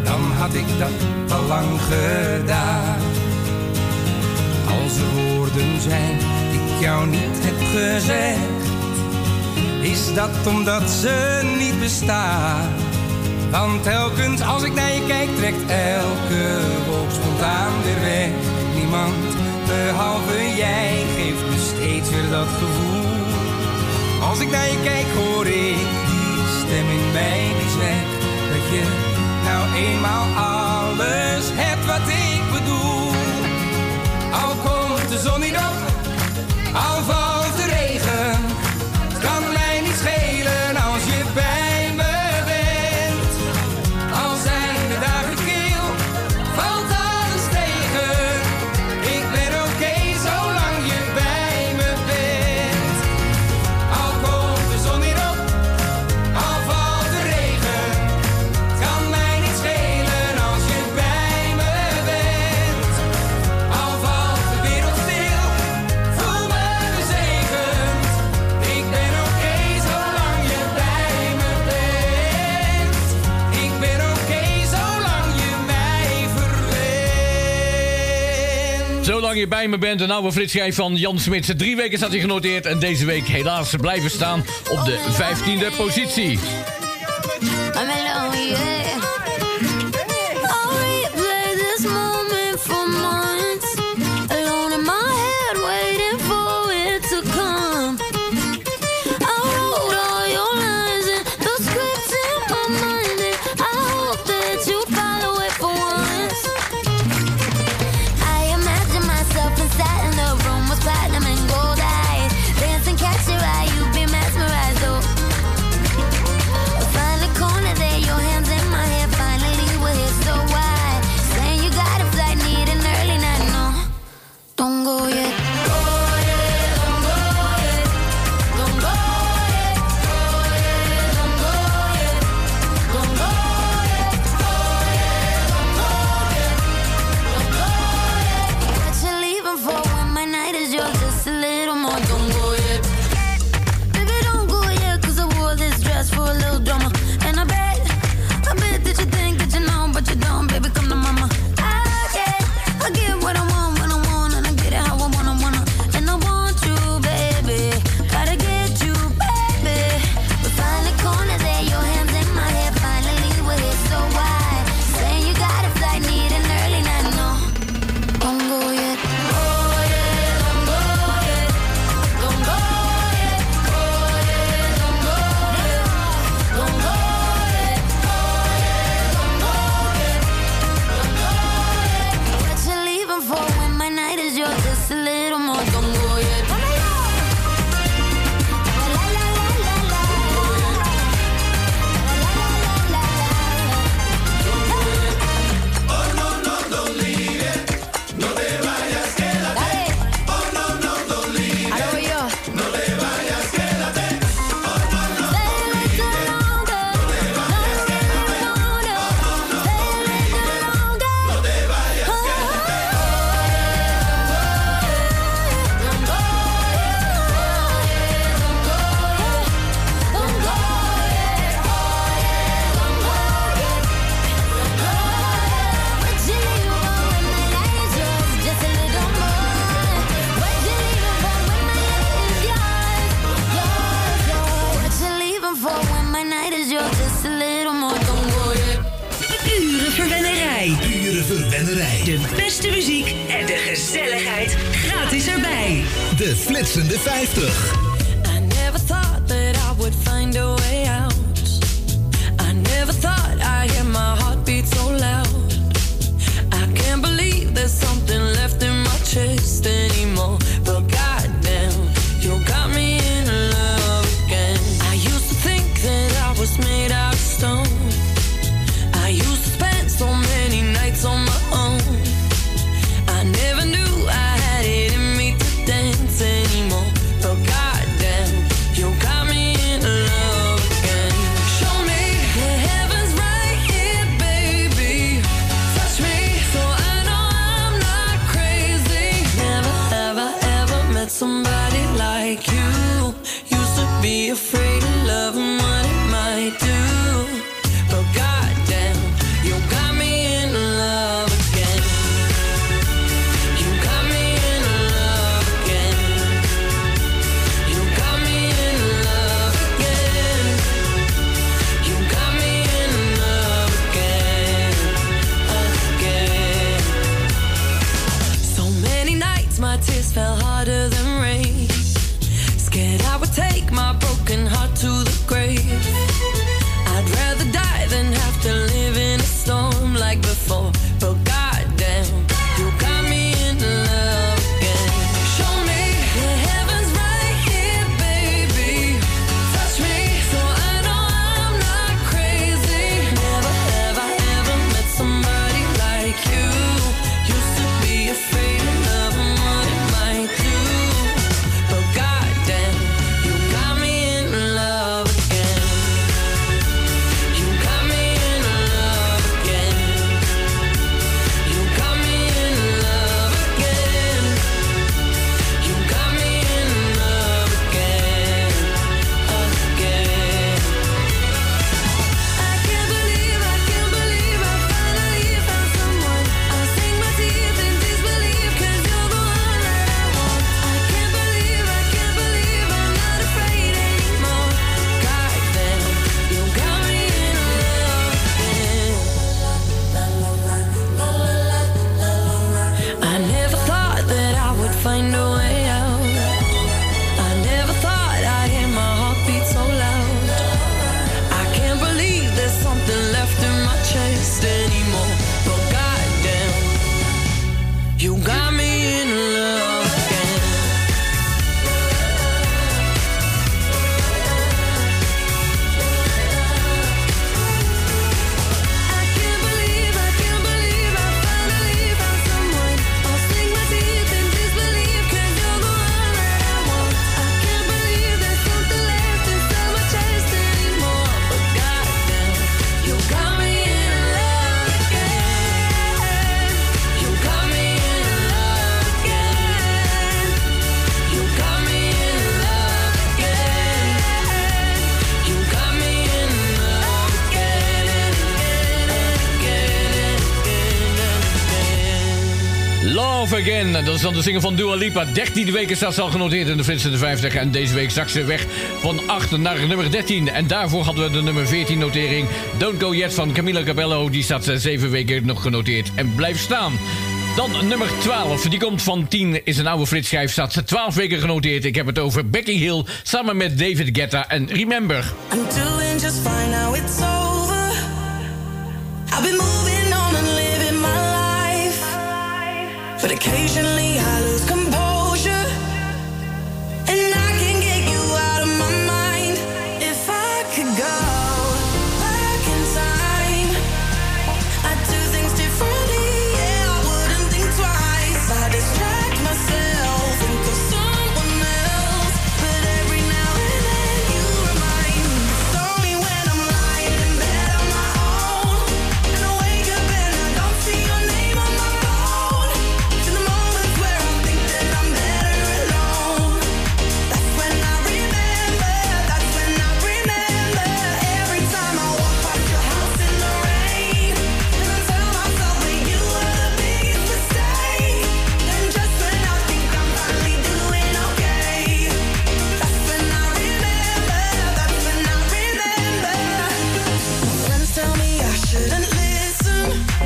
dan had ik dat al lang gedaan. Als er woorden zijn die ik jou niet heb gezegd, is dat omdat ze niet bestaan. Want telkens als ik naar je kijk, trekt elke wolk spontaan weer weg. Niemand behalve jij geeft me steeds weer dat gevoel. Als ik naar je kijk, hoor ik die stem in mij die zegt dat je nou eenmaal alles hebt wat ik bedoel. Al komt de zon niet op, al valt de regen, het kan mij niet schelen als je bij me bent. Al zijn de dagen kil, valt alles tegen. Ik ben oké zolang je bij me bent. Al komt de zon niet op, al valt de regen, het kan mij niet schelen als je bij me bent. Al valt de wereld stil, voel me verzekerd. Ik ben oké zolang je bij me bent. Ik ben oké zolang je mij verwendt. Zolang je bij me bent, een oude flitsschijf van Jan Smits. 3 weken staat hij genoteerd en deze week helaas blijven staan op de 15e positie. I'm alone, yeah. I'll replay this moment for months. Alone in my head, waiting for it to come. I wrote all your lines and the scripts in my mind, and I hope that you'd follow it for once. I imagine myself inside in the room with platinum and gold eyes, dancing, catch your eye, you'd be mesmerized, oh. Find the corner there, your hands in my hair. Finally, we're here, so why? Saying you got a flight, need an early night, no. Don't go yet. Don't go yet. Don't go yet. Don't go yet. Don't go yet. Don't go yet. Don't go yet. What you leaving for when my night is yours? Just a little more. Don't go yet. Baby, don't go yet, 'cause I wore this dress for a little drama. And I bet that you think that you know, but you don't. Baby, come to mama. I get what I want when I want, and I get it how I wanna. And I want you, baby. Gotta get you, baby. We find the corner there, your hands in my hair. Finally, we're here, so why? Saying you got a flight, need an early night, no. Don't go yet. Don't go yet. Don't go yet. Don't go yet. Don't go yet. Don't go yet. Don't go yet. What you leaving for when my night is yours? Just a little more. Don't go yet. La la la la la. La la la la la. Oh no, no, don't leave it. No te vayas, quédate. Oh no, no, don't leave it. No te vayas, quédate. Oh no, no, don't leave it. No te vayas, quédate. Oh no, no, don't leave it. No te vayas, quédate. Don't go Pure verwennerij. Pure verwennerij. De beste muziek en de gezelligheid gratis erbij. De flitsende 50. I never thought that I would find a way out. I never thought I'd hear my heart beat so loud. I can't believe there's something left in my chest anymore. But goddamn, you got me in love again. I used to think that I was made out of stone. I used to spend so many nights on my own. I never knew I had it in me to dance anymore. But God got me in love again. You got me in love again. You got me in love again. You got me in love again and again and again and again. Love Again, dat is dan de single van Dua Lipa. 13e week staat ze al genoteerd in de Flitsende 50. En deze week zak ze weg van 8 naar nummer 13. En daarvoor hadden we de nummer 14 notering. Don't Go Yet van Camila Cabello. Die staat 7 weken nog genoteerd en blijft staan. Dan nummer 12, die komt van 10, is een oude flitsschijf. Staat 12 weken genoteerd. Ik heb het over Becky Hill samen met David Guetta en Remember. I'm doing just fine now it's over. I've been moving on and living my life. But occasionally I lose composure. And I can get you out of my mind. If I could go back in time, I'd do things differently. Yeah, I wouldn't think twice. I distract myself, think of someone else. But every now and then you remind me. It's only when I'm lying in bed on my own, and I wake up and I don't see your name on my phone. In the moments where I think that I'm better alone, that's when I remember. That's when I remember. Every time I walk past your house in the rain, and I tell myself that you were the biggest mistake. And just when I think I'm finally doing okay, that's when I remember. That's when I remember. My friends tell me I shouldn't listen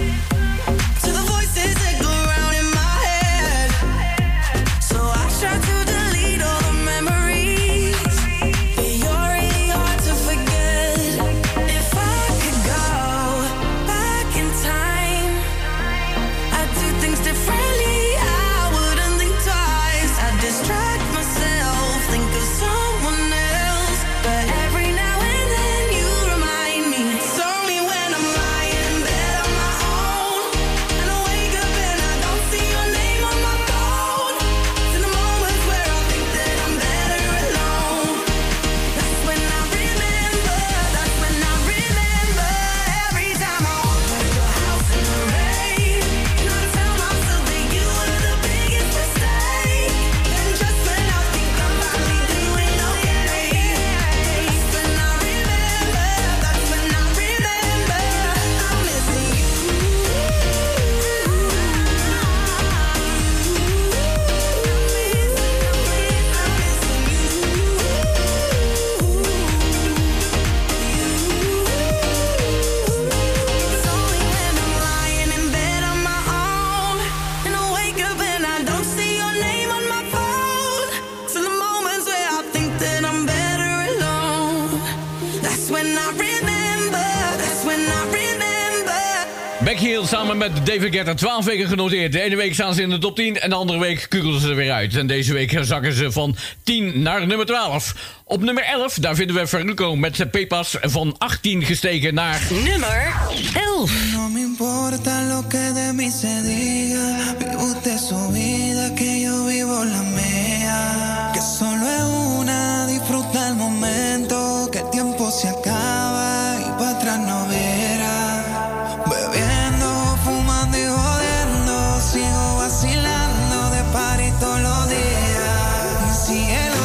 to the voices that go round in my head. So I try to delete all the memories, but you're really hard to forget. If I could go back in time, I'd do things differently. I wouldn't think twice. I'd distract myself, think of someone else. But every now and then you remind me. It's only when I'm lying in bed on my own, and I wake up and I don't see your name on my phone. It's in the moments where I think that I'm better alone, that's when I remember. That's when I remember. Every time I walk past your house in the rain, and I tell myself that you were the biggest mistake. And just when I think I'm finally doing okay, that's when I remember. That's when I remember. I'm missing you. It's only when I'm lying in bed on my own, and I wake up and I don't see your name on my phone. It's in the moments where I think that I'm better alone, that's when I remember. That's when I remember. Becky Hill samen met David Guetta, 12 weken genoteerd. De ene week staan ze in de top 10 en de andere week kugelden ze er weer uit. En deze week zakken ze van 10 naar nummer 12. Op nummer 11, daar vinden we Farruko met Pepas van 18 gestegen naar... Nummer 11. No me importa lo que de mí se diga, vive usted su vida, que yo vivo la mía. Que solo es una, disfruta el momento, que el tiempo se acaba y para atrás no verá. Bebiendo, fumando y jodiendo, sigo vacilando de party todos los días. Cielo.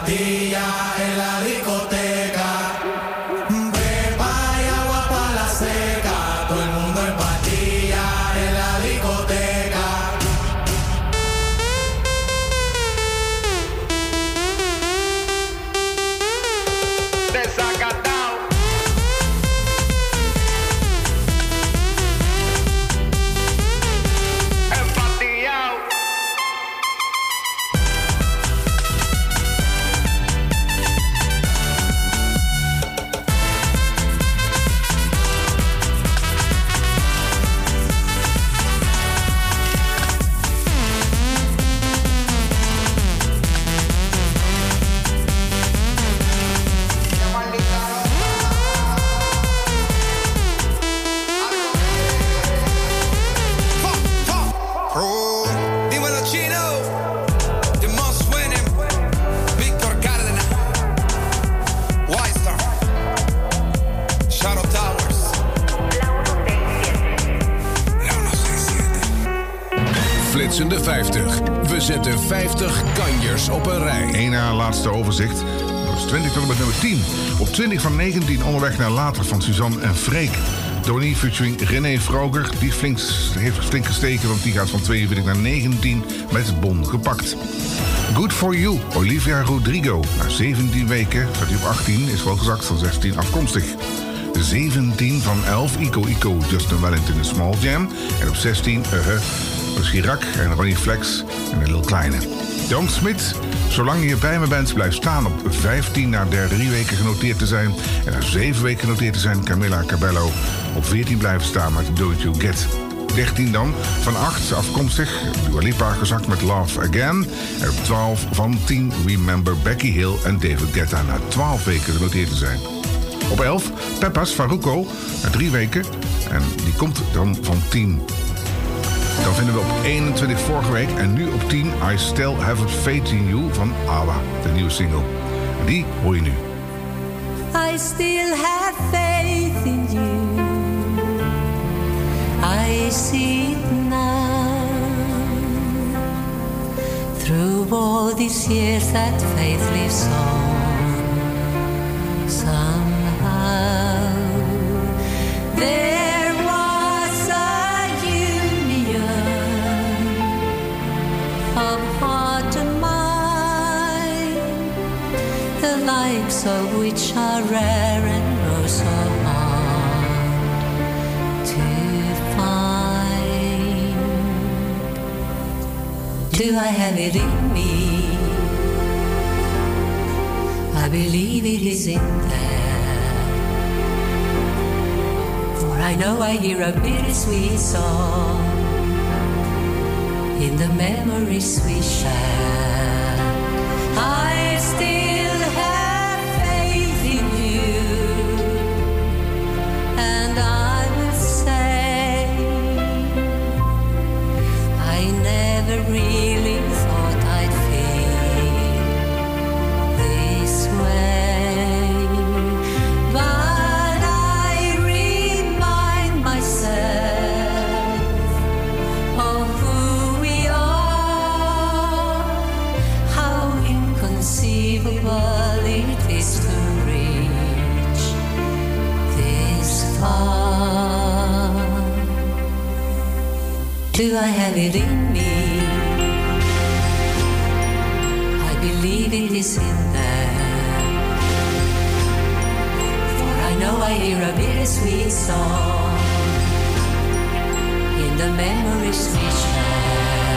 patilla en la discoteca. Pepa y agua pa' la seca. Todo el mundo en patilla en la discoteca. Desacatado. Empatillao. Dímelo Chino, the most winning, Víctor Cárdenas, White Shadow Towers, Flitsende 50. We zetten 50 kanjers op een rij. Eén na laatste overzicht. Dat is 20 tot en met nummer 10. Op 20 van 19 onderweg naar later van Suzanne en Freek. Donnie featuring René Vroger. Die heeft flink gesteken, want die gaat van 42 naar 19 met het bon gepakt. Good for You, Olivia Rodrigo. Na 17 weken staat hij op 18, is wel gezakt van 16 afkomstig. 17 van 11, Ico, Justin Wellington in Small Jam. En op 16, Chirac en Ronnie Flex en een Lil Kleine. Jan Smit, Zolang je bij me bent, blijft staan op 15 na 3 weken genoteerd te zijn. En na 7 weken genoteerd te zijn, Camila Cabello op 14 blijven staan met Do It You Get. 13 dan, van 8 afkomstig, Dua Lipa gezakt met Love Again. En op 12 van 10, Remember Becky Hill en David Guetta na 12 weken genoteerd te zijn. Op 11, Peppa's Farruko, na 3 weken. En die komt dan van 10. Dan vinden we op 21 vorige week en nu op 10 I Still Have a Faith in You van ABBA, de nieuwe single. En die hoor je nu. I still have faith in you. I see it now. Through all these years that faith lives on. Somehow there was a union of heart and mind, the likes of which are rare and oh so hard to find. Do I have it in me? I believe it is in there, for I know I hear a bittersweet song in the memories we share. I still have faith in you, and I will say I never really thought I'd feel this way, but I remind myself of who we are, how inconceivable it is to reach this far. Do I have it in me? I believe it is in there, for I know I hear a bittersweet song in the memories we share.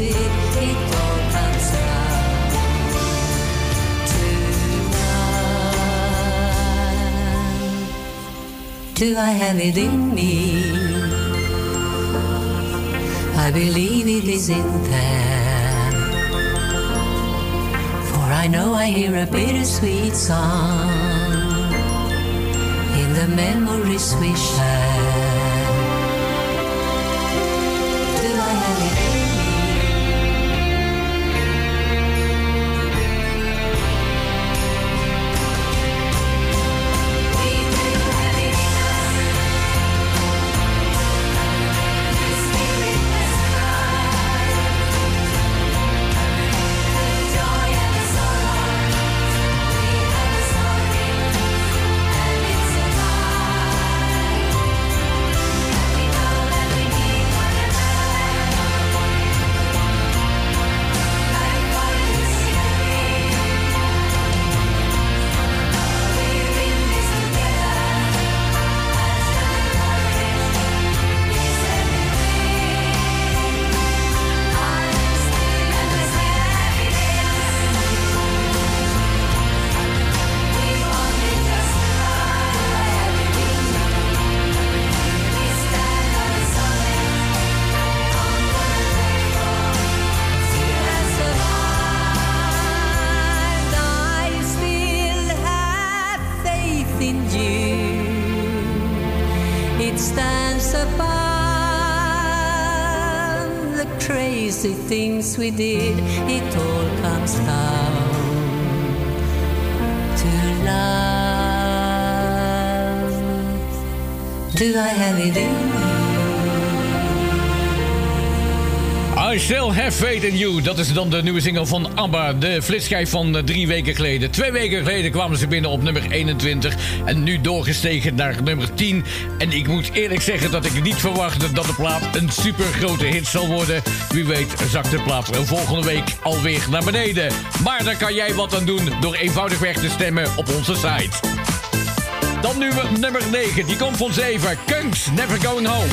did, it all comes down tonight. Do I have it in me? I believe it is in there. For I know I hear a bittersweet song in the memories we share. Do I have it in me? We do have it in us. The spirit has cried. The joy and the sorrow. We have a story, and it's alive. And we know that we need one another. Like one to see. We're in this together. It stands above the crazy things we did. It all comes down to love. Do I have it in me? I Still Have Faith in You. Dat is dan de nieuwe single van ABBA. De flitschijf van 3 weken geleden. 2 weken geleden kwamen ze binnen op nummer 21. En nu doorgestegen naar nummer 10. En ik moet eerlijk zeggen dat ik niet verwachtte dat de plaat een super grote hit zal worden. Wie weet zakt de plaat volgende week alweer naar beneden. Maar daar kan jij wat aan doen door eenvoudigweg te stemmen op onze site. Dan nu nummer 9. Die komt van 7. Kunks, Never Going Home.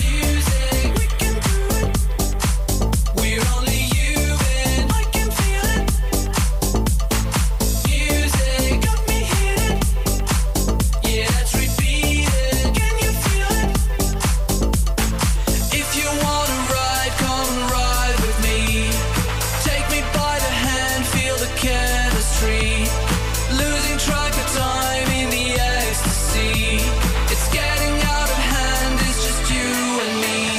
It's getting out of hand, it's just you and me.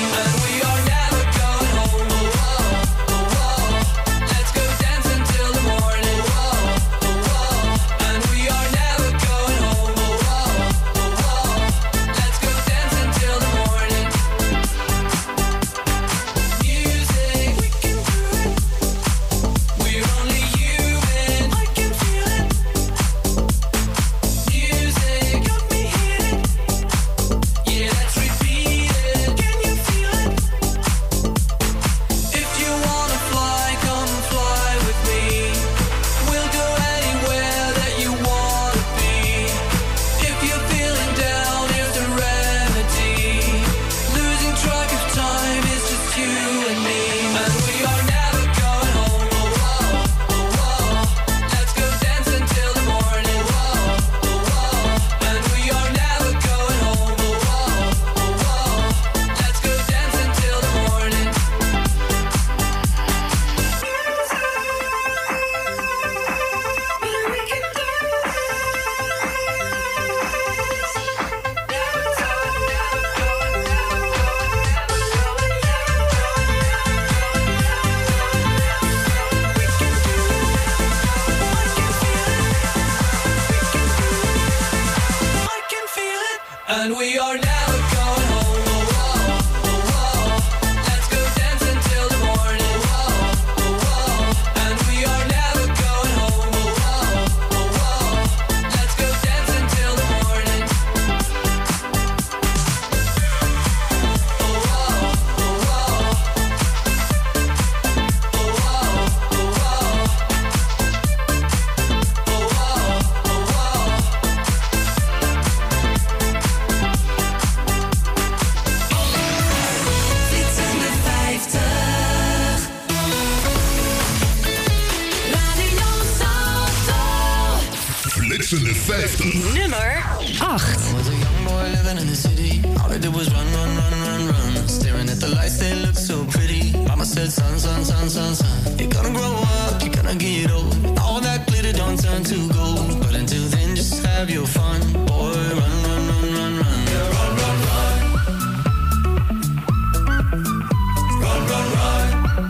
50. Nummer 8. Boy living in the city, all I did was run, run, run, run, run. Staring at the lights, they look so pretty. Mama said, son, son, son, son, son, you're gonna grow up, you're gonna get old. All that glitter don't turn to gold. But until then, just have your fun. Boy, run, run, run, run, run. Yeah, run, run, run. Run, run, run.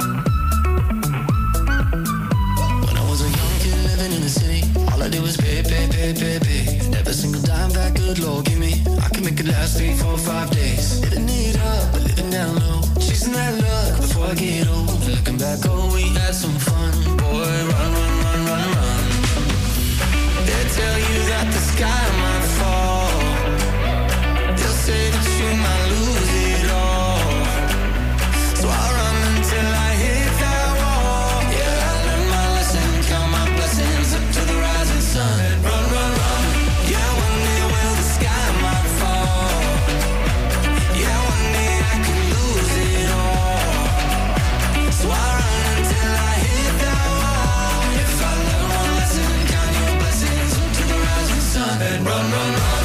When I was a young kid living in the city, all I did was pay, pay, pay, pay, pay. Every single dime that good Lord give me, I can make it last 3, 4, 5 days. Living it up, but living down low. Chasing that luck before I get old. Looking back, oh, we had some fun. Boy, run, run, run, run, run. They tell you that the sky might fall. They'll say that you might lose it all. So I run until I hit that wall. Yeah, I learned my lesson, count my blessings up to the rising sun. Run, run, run. Yeah, one day will the sky might fall. Yeah, one day I could lose it all. So I run until I hit that wall. If I learn one lesson, count your blessings up to the rising sun. And run, run, run.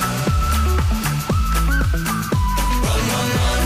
Run, run, run.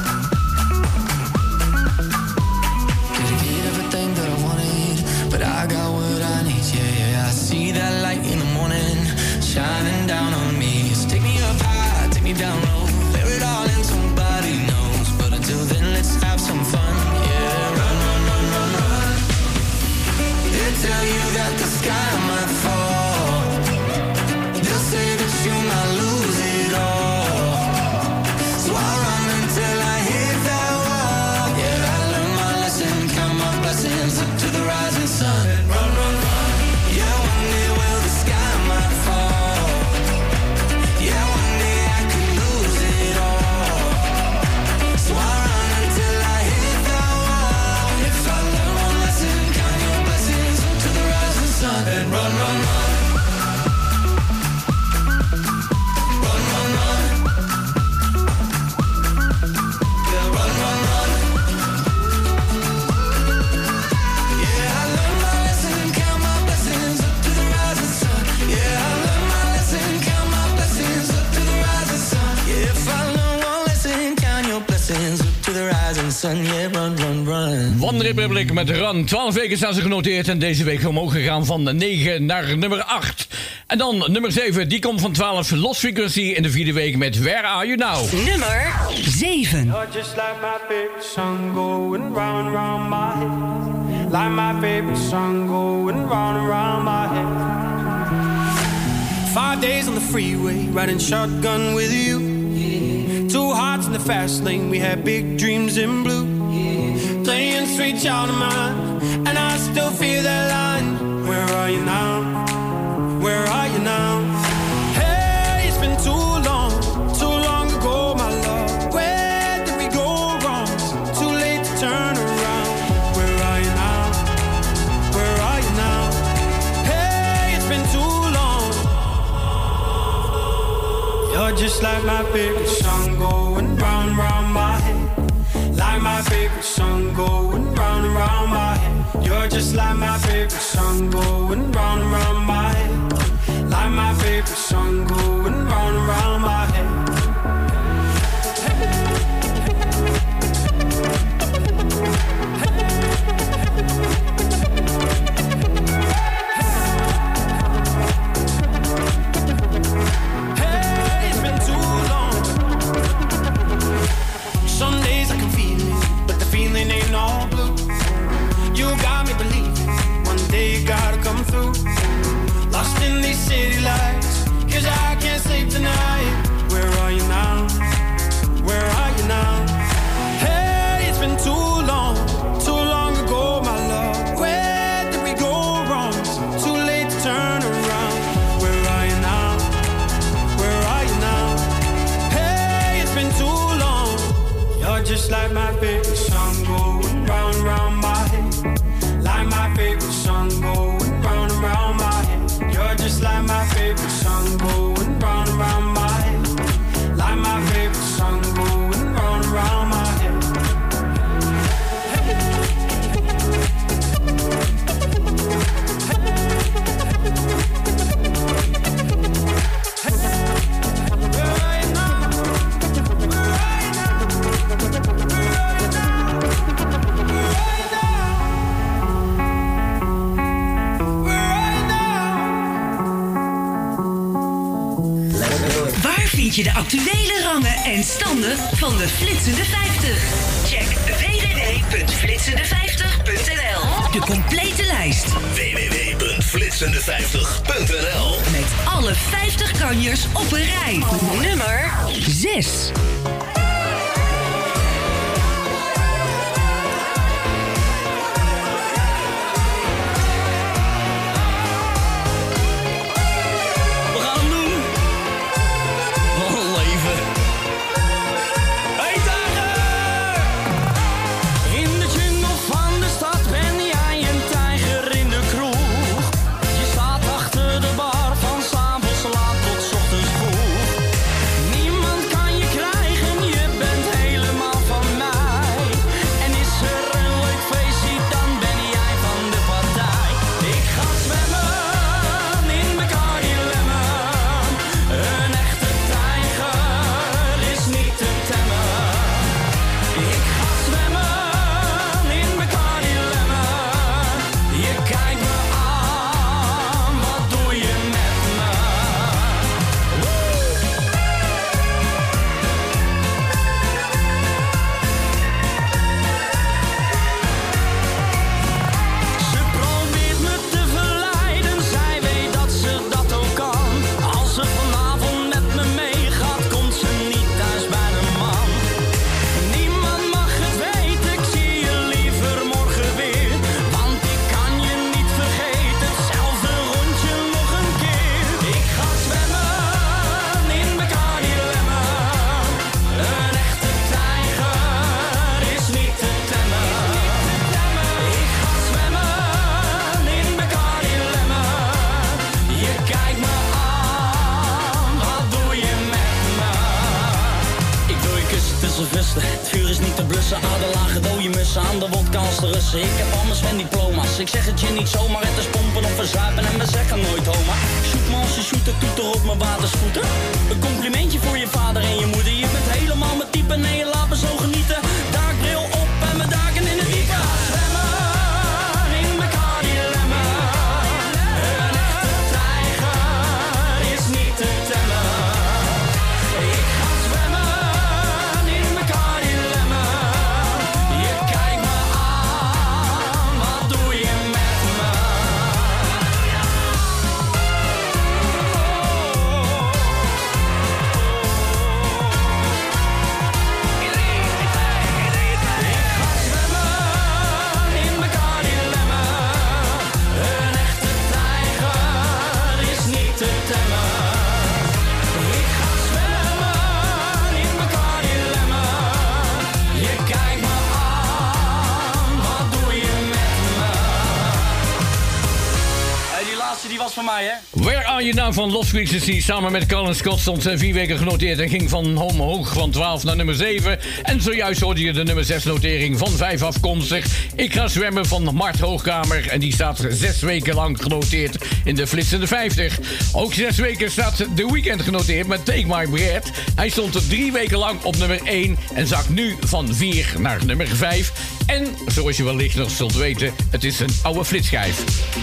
Didn't get everything that I wanted, but I got what I need. Yeah, yeah, I see that light in the morning shining down on me. It's take me up high, take me down low, bear it all and somebody knows. But until then, let's have some fun. Yeah, run, run, run, run, run. They tell you that the sky might fall. They'll say that you might lose it all. So I run until I hit that wall. Yeah, I learned my lesson, count my blessings up to the rising sun. Run, run, run. Yeah, one day will the sky might fall. Yeah, one day I could lose it all. So I run until I hit that wall. If I learn one lesson, count your blessings up to the rising sun. And run, run, run. Run, run, run. Yeah, run, run, run. Yeah, I learned my lesson, count my blessings up to the rising sun. Yeah, I learned my lesson, count my blessings up to the rising sun. Yeah, if I learn one lesson, count your blessings up to the rising sun. Yeah, run, run, run. One Republic met Run. 12 weken staan ze genoteerd en deze week omhoog gegaan van 9 naar nummer 8. En dan nummer 7, die komt van 12, Lost Frequency in de 4e week met Where Are You Now? Nummer 7. You're just like my favorite song going round and round my head. Like my favorite song going round and round my head. 5 days on the freeway, riding shotgun with you. 2 hearts in the fast lane, we had big dreams in blue. Playing sweet child of mine, and I still feel that line. Where are you now? Where are you now? Hey, it's been too long ago, my love. Where did we go wrong? Too late to turn around. Where are you now? Where are you now? Hey, it's been too long. You're just like my favorite song going round, round my head. Like my favorite song going round and round my head. You're just like my favorite song going round and round my head. Like my favorite song going round and round my head. Hey, it's been too long. Some days I can feel it, but the feeling ain't all blue. You got me believing one day you gotta come through. Lost in these city lights, 'cause I can't sleep tonight. Where are you now? Where are you now? Hey, it's been too long ago, my love. Where did we go wrong? Too late to turn around. Where are you now? Where are you now? Hey, it's been too long. You're just like my favorite song going round and round my head. Like my favorite song going round and round my head. You're just like my favorite song going round and round my head. Like my favorite song going round and round my head. vind je de actuele rangen en standen van de Flitsende 50. Check www.flitsende50.nl. De complete lijst. www.flitsende50.nl. Met alle 50 kanjers op een rij. Nummer 6. Het vuur is niet te blussen, aderlagen dode mussen aan de wodka als de Russen. Ik heb al mijn Sven-diploma's, ik zeg het je niet zomaar. Het is pompen of verzuipen en we zeggen nooit homa. Shoot me als je shooter, toeter op mijn watersvoeten. Een complimentje voor je vader en je moeder. Je bent helemaal mijn type, nee je laat me zo genieten. Daakbril op en mijn daken in het diepe. Die was van mij, hè? Where Are You Now van Lost Frequency samen met Colin Scott stond 4 weken genoteerd en ging van omhoog van 12 naar nummer 7. En zojuist hoorde je de nummer 6 notering van 5 afkomstig. Ik ga zwemmen van Mart Hoogkamer en die staat 6 weken lang genoteerd in de Flitsende 50. Ook 6 weken staat The Weeknd genoteerd met Take My Breath. Hij stond er 3 weken lang op nummer 1 en zakt nu van 4 naar nummer 5. En, zoals je wellicht nog zult weten, het is een oude flitsschijf.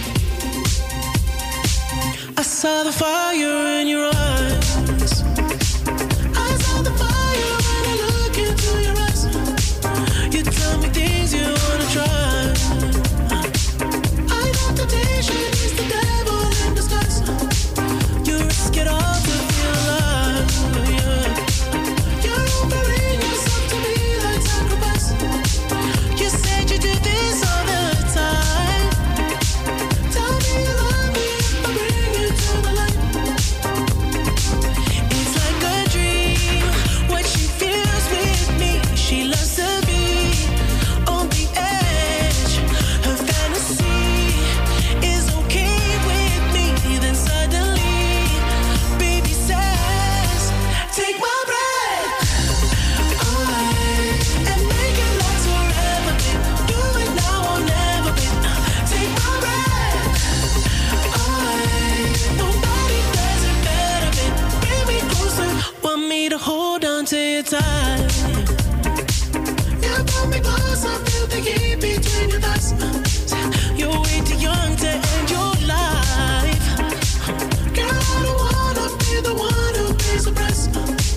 I saw the fire in your eyes. I saw the fire when I look into your eyes. You tell me things you wanna try. I know temptation is the devil in disguise. You risk it all to feel alive. Yeah. You're offering yourself to me like sacrifice. You said you do this all the time. Tell me you love me if I bring you to the light. It's like a dream, what she feels with me. She loves to be on the edge. Her fantasy is okay with me. Then suddenly, baby says, take my breath away and make it last forever. Do it now or never. Take my breath away. Nobody does it better. Bring me closer. Want me to hold on to your tight. You pull me close. I feel the heat between your thighs. You're way too young to end your life. Girl, I don't wanna be the one who pays the price.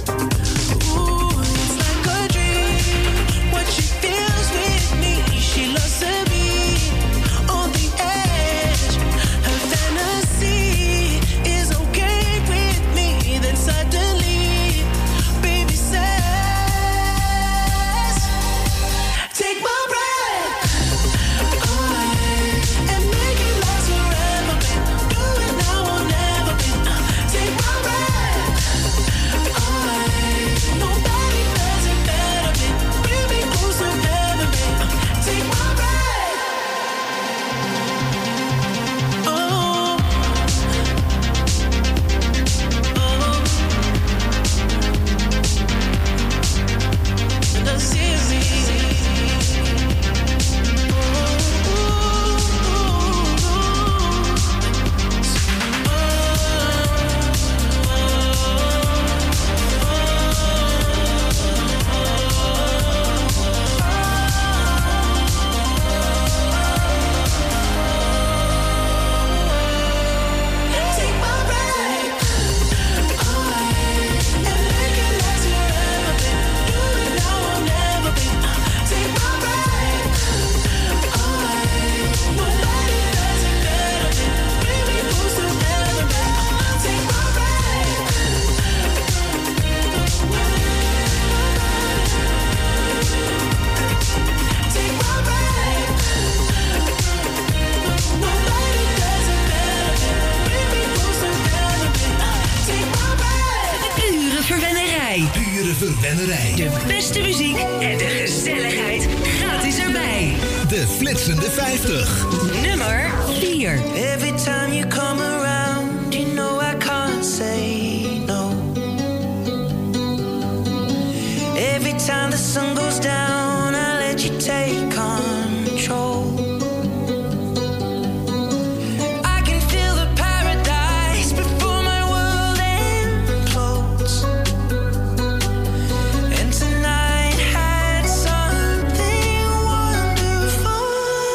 De beste muziek en de gezelligheid gratis erbij. De flitsende 50. Nummer 4. Every time you come around, you know I can't say no. Every time the sun goes down, I let you take control. I can feel the paradise before my world implodes. And tonight had something wonderful.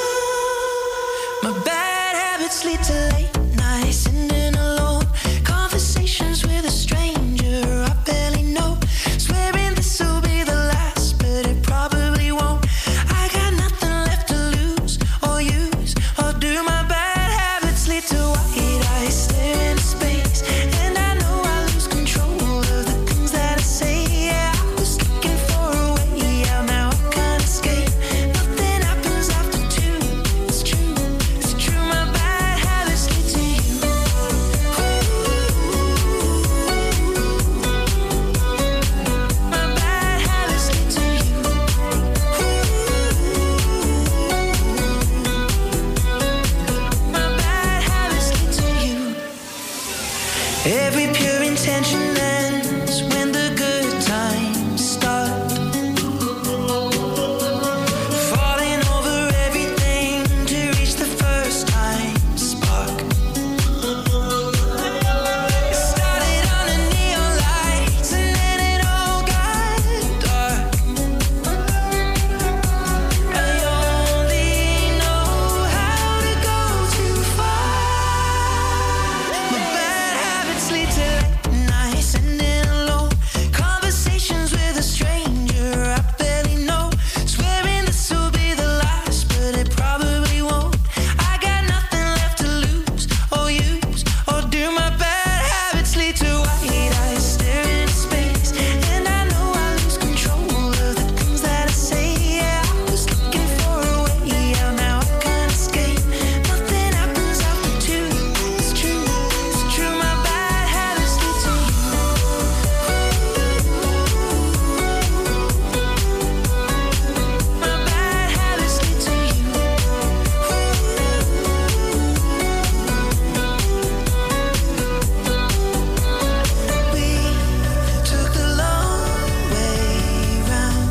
My bad habits lead to late nights, sitting alone. Conversations with a stranger I barely know. Swearing this will be the last, but it probably won't. I got nothing left to lose or use or do. My bad habits lead to white eyes staring into space, and I know I lose control of the things that I say. Yeah, I was looking for a way out, now I can't escape. Nothing happens after 2. It's true, it's true. My bad habits lead to you. My bad habits lead to you. My bad habits lead to you. Every pure intention ends when the good times start. Falling over everything to reach the first time spark. It started under neon lights and then it all got dark. I only know how to go too far. My bad habits lead to late nights, sitting alone. Conversations with a stranger I barely know. Swearing this will be the last, but it probably won't. I got nothing left to lose or use or do. My bad habits lead to white eyes staring into space, and I know I lose control of the things that I say. Yeah, I was looking for a way out, now I can't escape. Nothing happens after 2. It's true, it's true. My bad habits lead to you. My bad habits lead to you. We took the long way round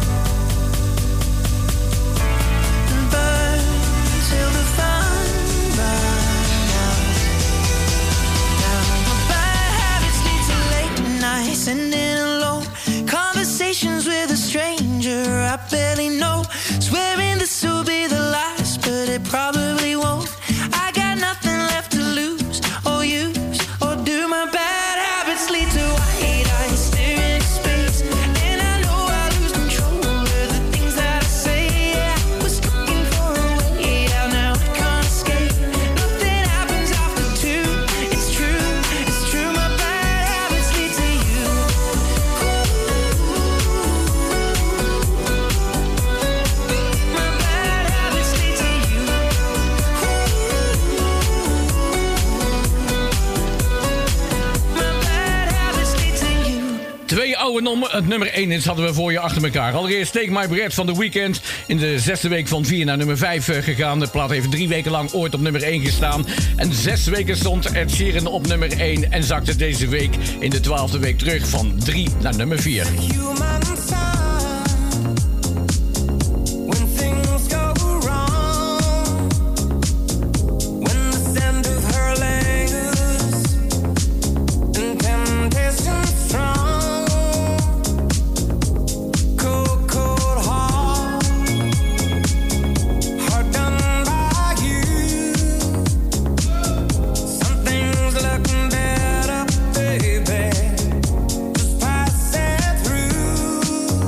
and burned till the fun ran out. Now my bad habits lead to late nights, sitting alone. Conversations with a stranger I barely know. Swearing this will be the last, but it probably won't. I got nothing left to lose or use or do. My bad habits lead to white eyes staring into space, and I know I lose control of the things that I say. Yeah, I was looking for a way out, now I can't escape. Nothing happens after 2. It's true, it's true. My bad habits lead to you. My bad habits lead to you. My bad habits lead to you. 2 oude nummer 1 hits hadden we voor je achter elkaar. Allereerst Take My Breath van The Weeknd. In de 6e week van 4 naar nummer 5 gegaan. De plaat heeft 3 weken lang ooit op nummer 1 gestaan. En 6 weken stond Ed Sheeran op nummer 1. En zakte deze week in de 12e week terug van 3 naar nummer 4. Human sign when things go wrong, when the scent of her lingers and temptation strong, cold, cold heart done by you. Something's looking better, baby. Just pass it through.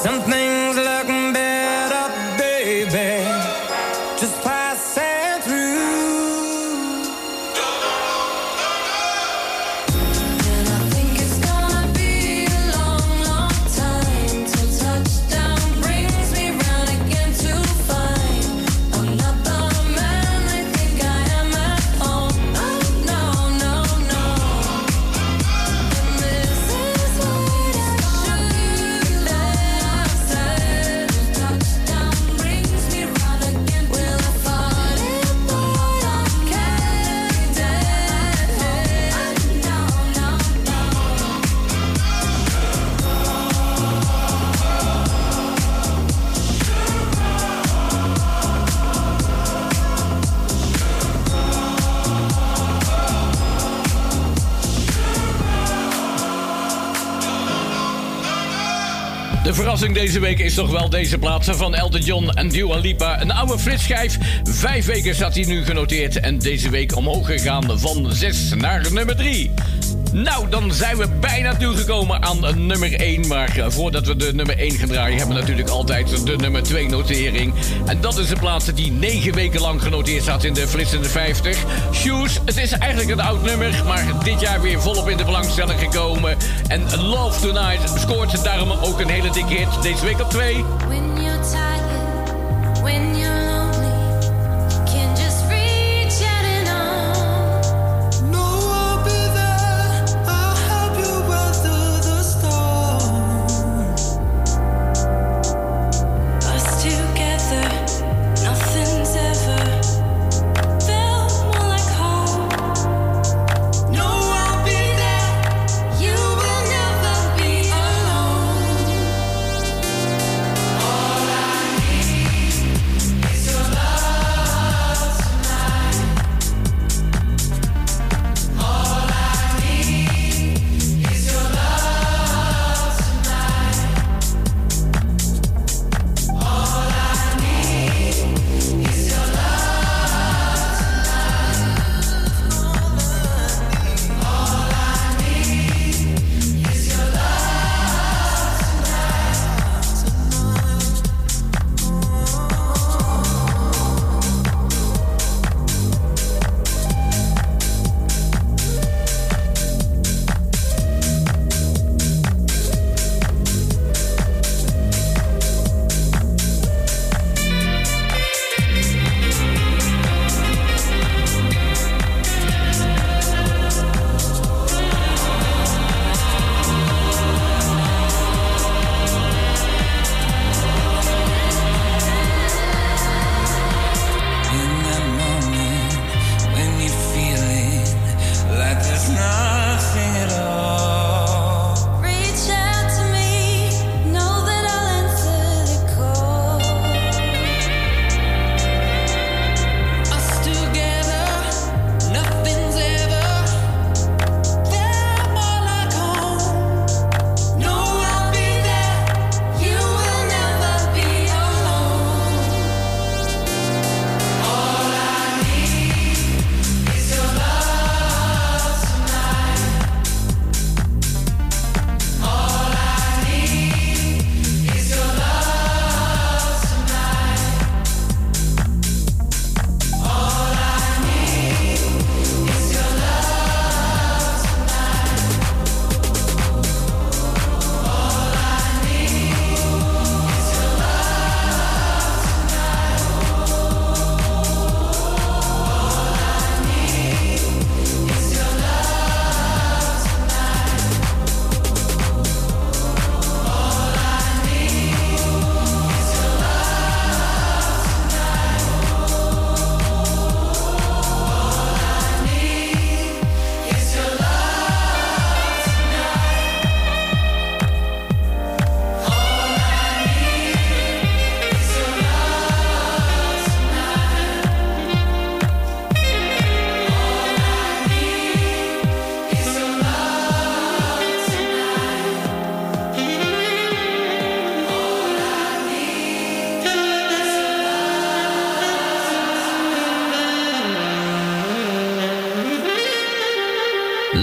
Something's looking better, baby. Just passing through. And I think it's gonna be a long, long time till touchdown brings me round again to find I'm not the man they think I am at home. Oh no, no, no. And this is what I should have said. Touchdown brings me round again. Will I fight it, boy? I can't dead. No, no, no. De verrassing deze week is toch wel deze plaatsen van Elton John en Dua Lipa. Een oude flitsschijf. 5 weken staat hij nu genoteerd. En deze week omhoog gegaan van 6 naar nummer 3. Nou, dan zijn we bijna toegekomen aan nummer 1. Maar voordat we de nummer 1 gaan draaien, hebben we natuurlijk altijd de nummer 2 notering. En dat is de plaats die 9 weken lang genoteerd staat in de flitsende 50. Shoes, het is eigenlijk een oud nummer, maar dit jaar weer volop in de belangstelling gekomen. En Love Tonight scoort daarom ook een hele dikke hit. Deze week op 2. When you're tired, when you're lonely, can just reach out and on. No, I'll be there. I'll help you weather the storm. Us together, nothing's ever felt more like home. No, I'll be there. You will never be alone. All I need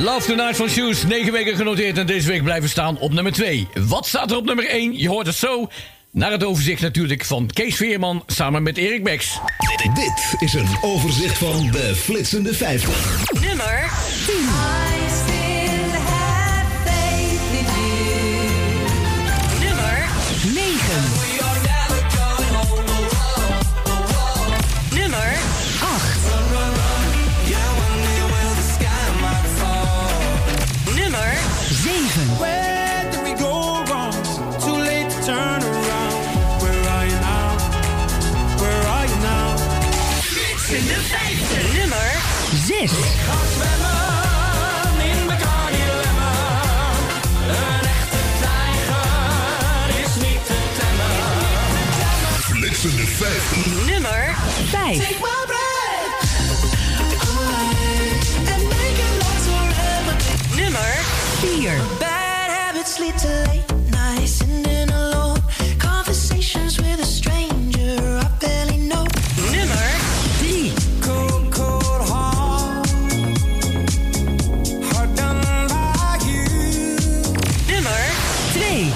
Love Tonight van Shoes, 9 weken genoteerd en deze week blijven staan op nummer 2. Wat staat er op nummer 1? Je hoort het zo. Naar het overzicht natuurlijk van Kees Veerman samen met Erik Beks. Dit is een overzicht van de flitsende 50. Nummer 10. Nummer 9. Nummer 8. Nummer 7. Where do we go wrong? Too late to turn around. Where are you now? Where are you now? Flitsende 50. Nummer 6. In Bacardi Lemon. Een echte tijger is niet te temmen. Flitsende 50. Nummer 5. Take my breath away and make it last forever. Nummer 4. Bad habits lead to late nights, sitting alone. Conversations with a stranger I barely know. Nummer 3. Cold, cold heart. Heart done by you. Nummer 2.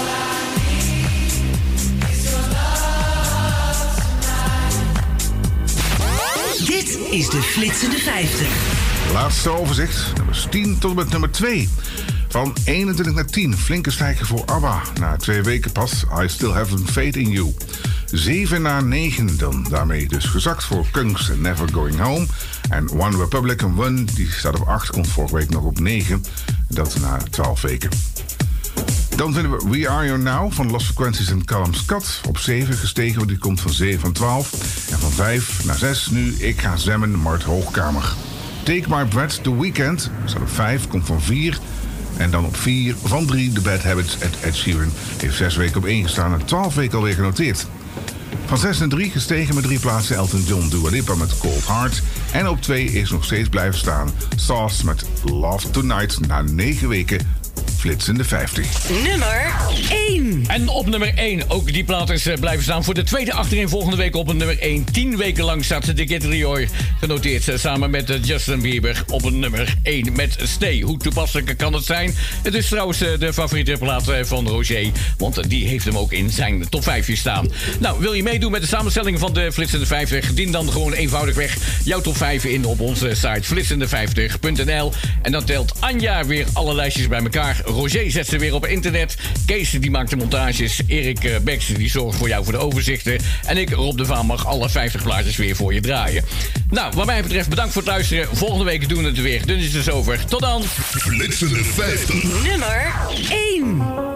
Dit is de Flitsende 50. Laatste overzicht, nummers 10 tot en met nummer 2. Van 21 naar 10, flinke stijger voor ABBA. Na 2 weken pas, I Still Have Faith in You. 7 naar 9 dan, daarmee dus gezakt voor Kunks en Never Going Home. En One Republic and One, die staat op 8, komt vorige week nog op 9. Dat na 12 weken. Dan vinden we We Are You Now van Lost Frequencies en Callum Scott. Op 7 gestegen, want die komt van 7 van 12. En van 5 naar 6 nu Ik Ga Zwemmen, Mart Hoogkamer. Take My Breath, The Weeknd, staat op 5, komt van 4. En dan op 4 van 3 The Bad Habits, Ed Sheeran. Heeft 6 weken op 1 gestaan en 12 weken alweer genoteerd. Van 6 naar 3 gestegen met 3 plaatsen Elton John, Dua Lipa met Cold Heart. En op 2 is nog steeds blijven staan Sauce met Love Tonight na 9 weken. Flitsende 50. Nummer 1. En op nummer 1, ook die plaat is blijven staan voor de tweede achterin volgende week op een nummer 1. 10 weken lang staat de Kid Leroy genoteerd samen met Justin Bieber op een nummer 1 met Stay. Hoe toepasselijk kan het zijn? Het is trouwens de favoriete plaat van Roger, want die heeft hem ook in zijn top 5 staan. Nou, wil je meedoen met de samenstelling van de Flitsende 50? Dien dan gewoon eenvoudigweg jouw top 5 in op onze site flitsende50.nl. En dan telt Anja weer alle lijstjes bij elkaar. Roger zet ze weer op internet. Kees die maakt de montages. Erik Beks die zorgt voor jou voor de overzichten. En ik, Rob de Vaan, mag alle 50 plaatjes weer voor je draaien. Nou, wat mij betreft bedankt voor het luisteren. Volgende week doen we het weer. Dus is het dus over. Tot dan. Flitsende 50. Nummer 1.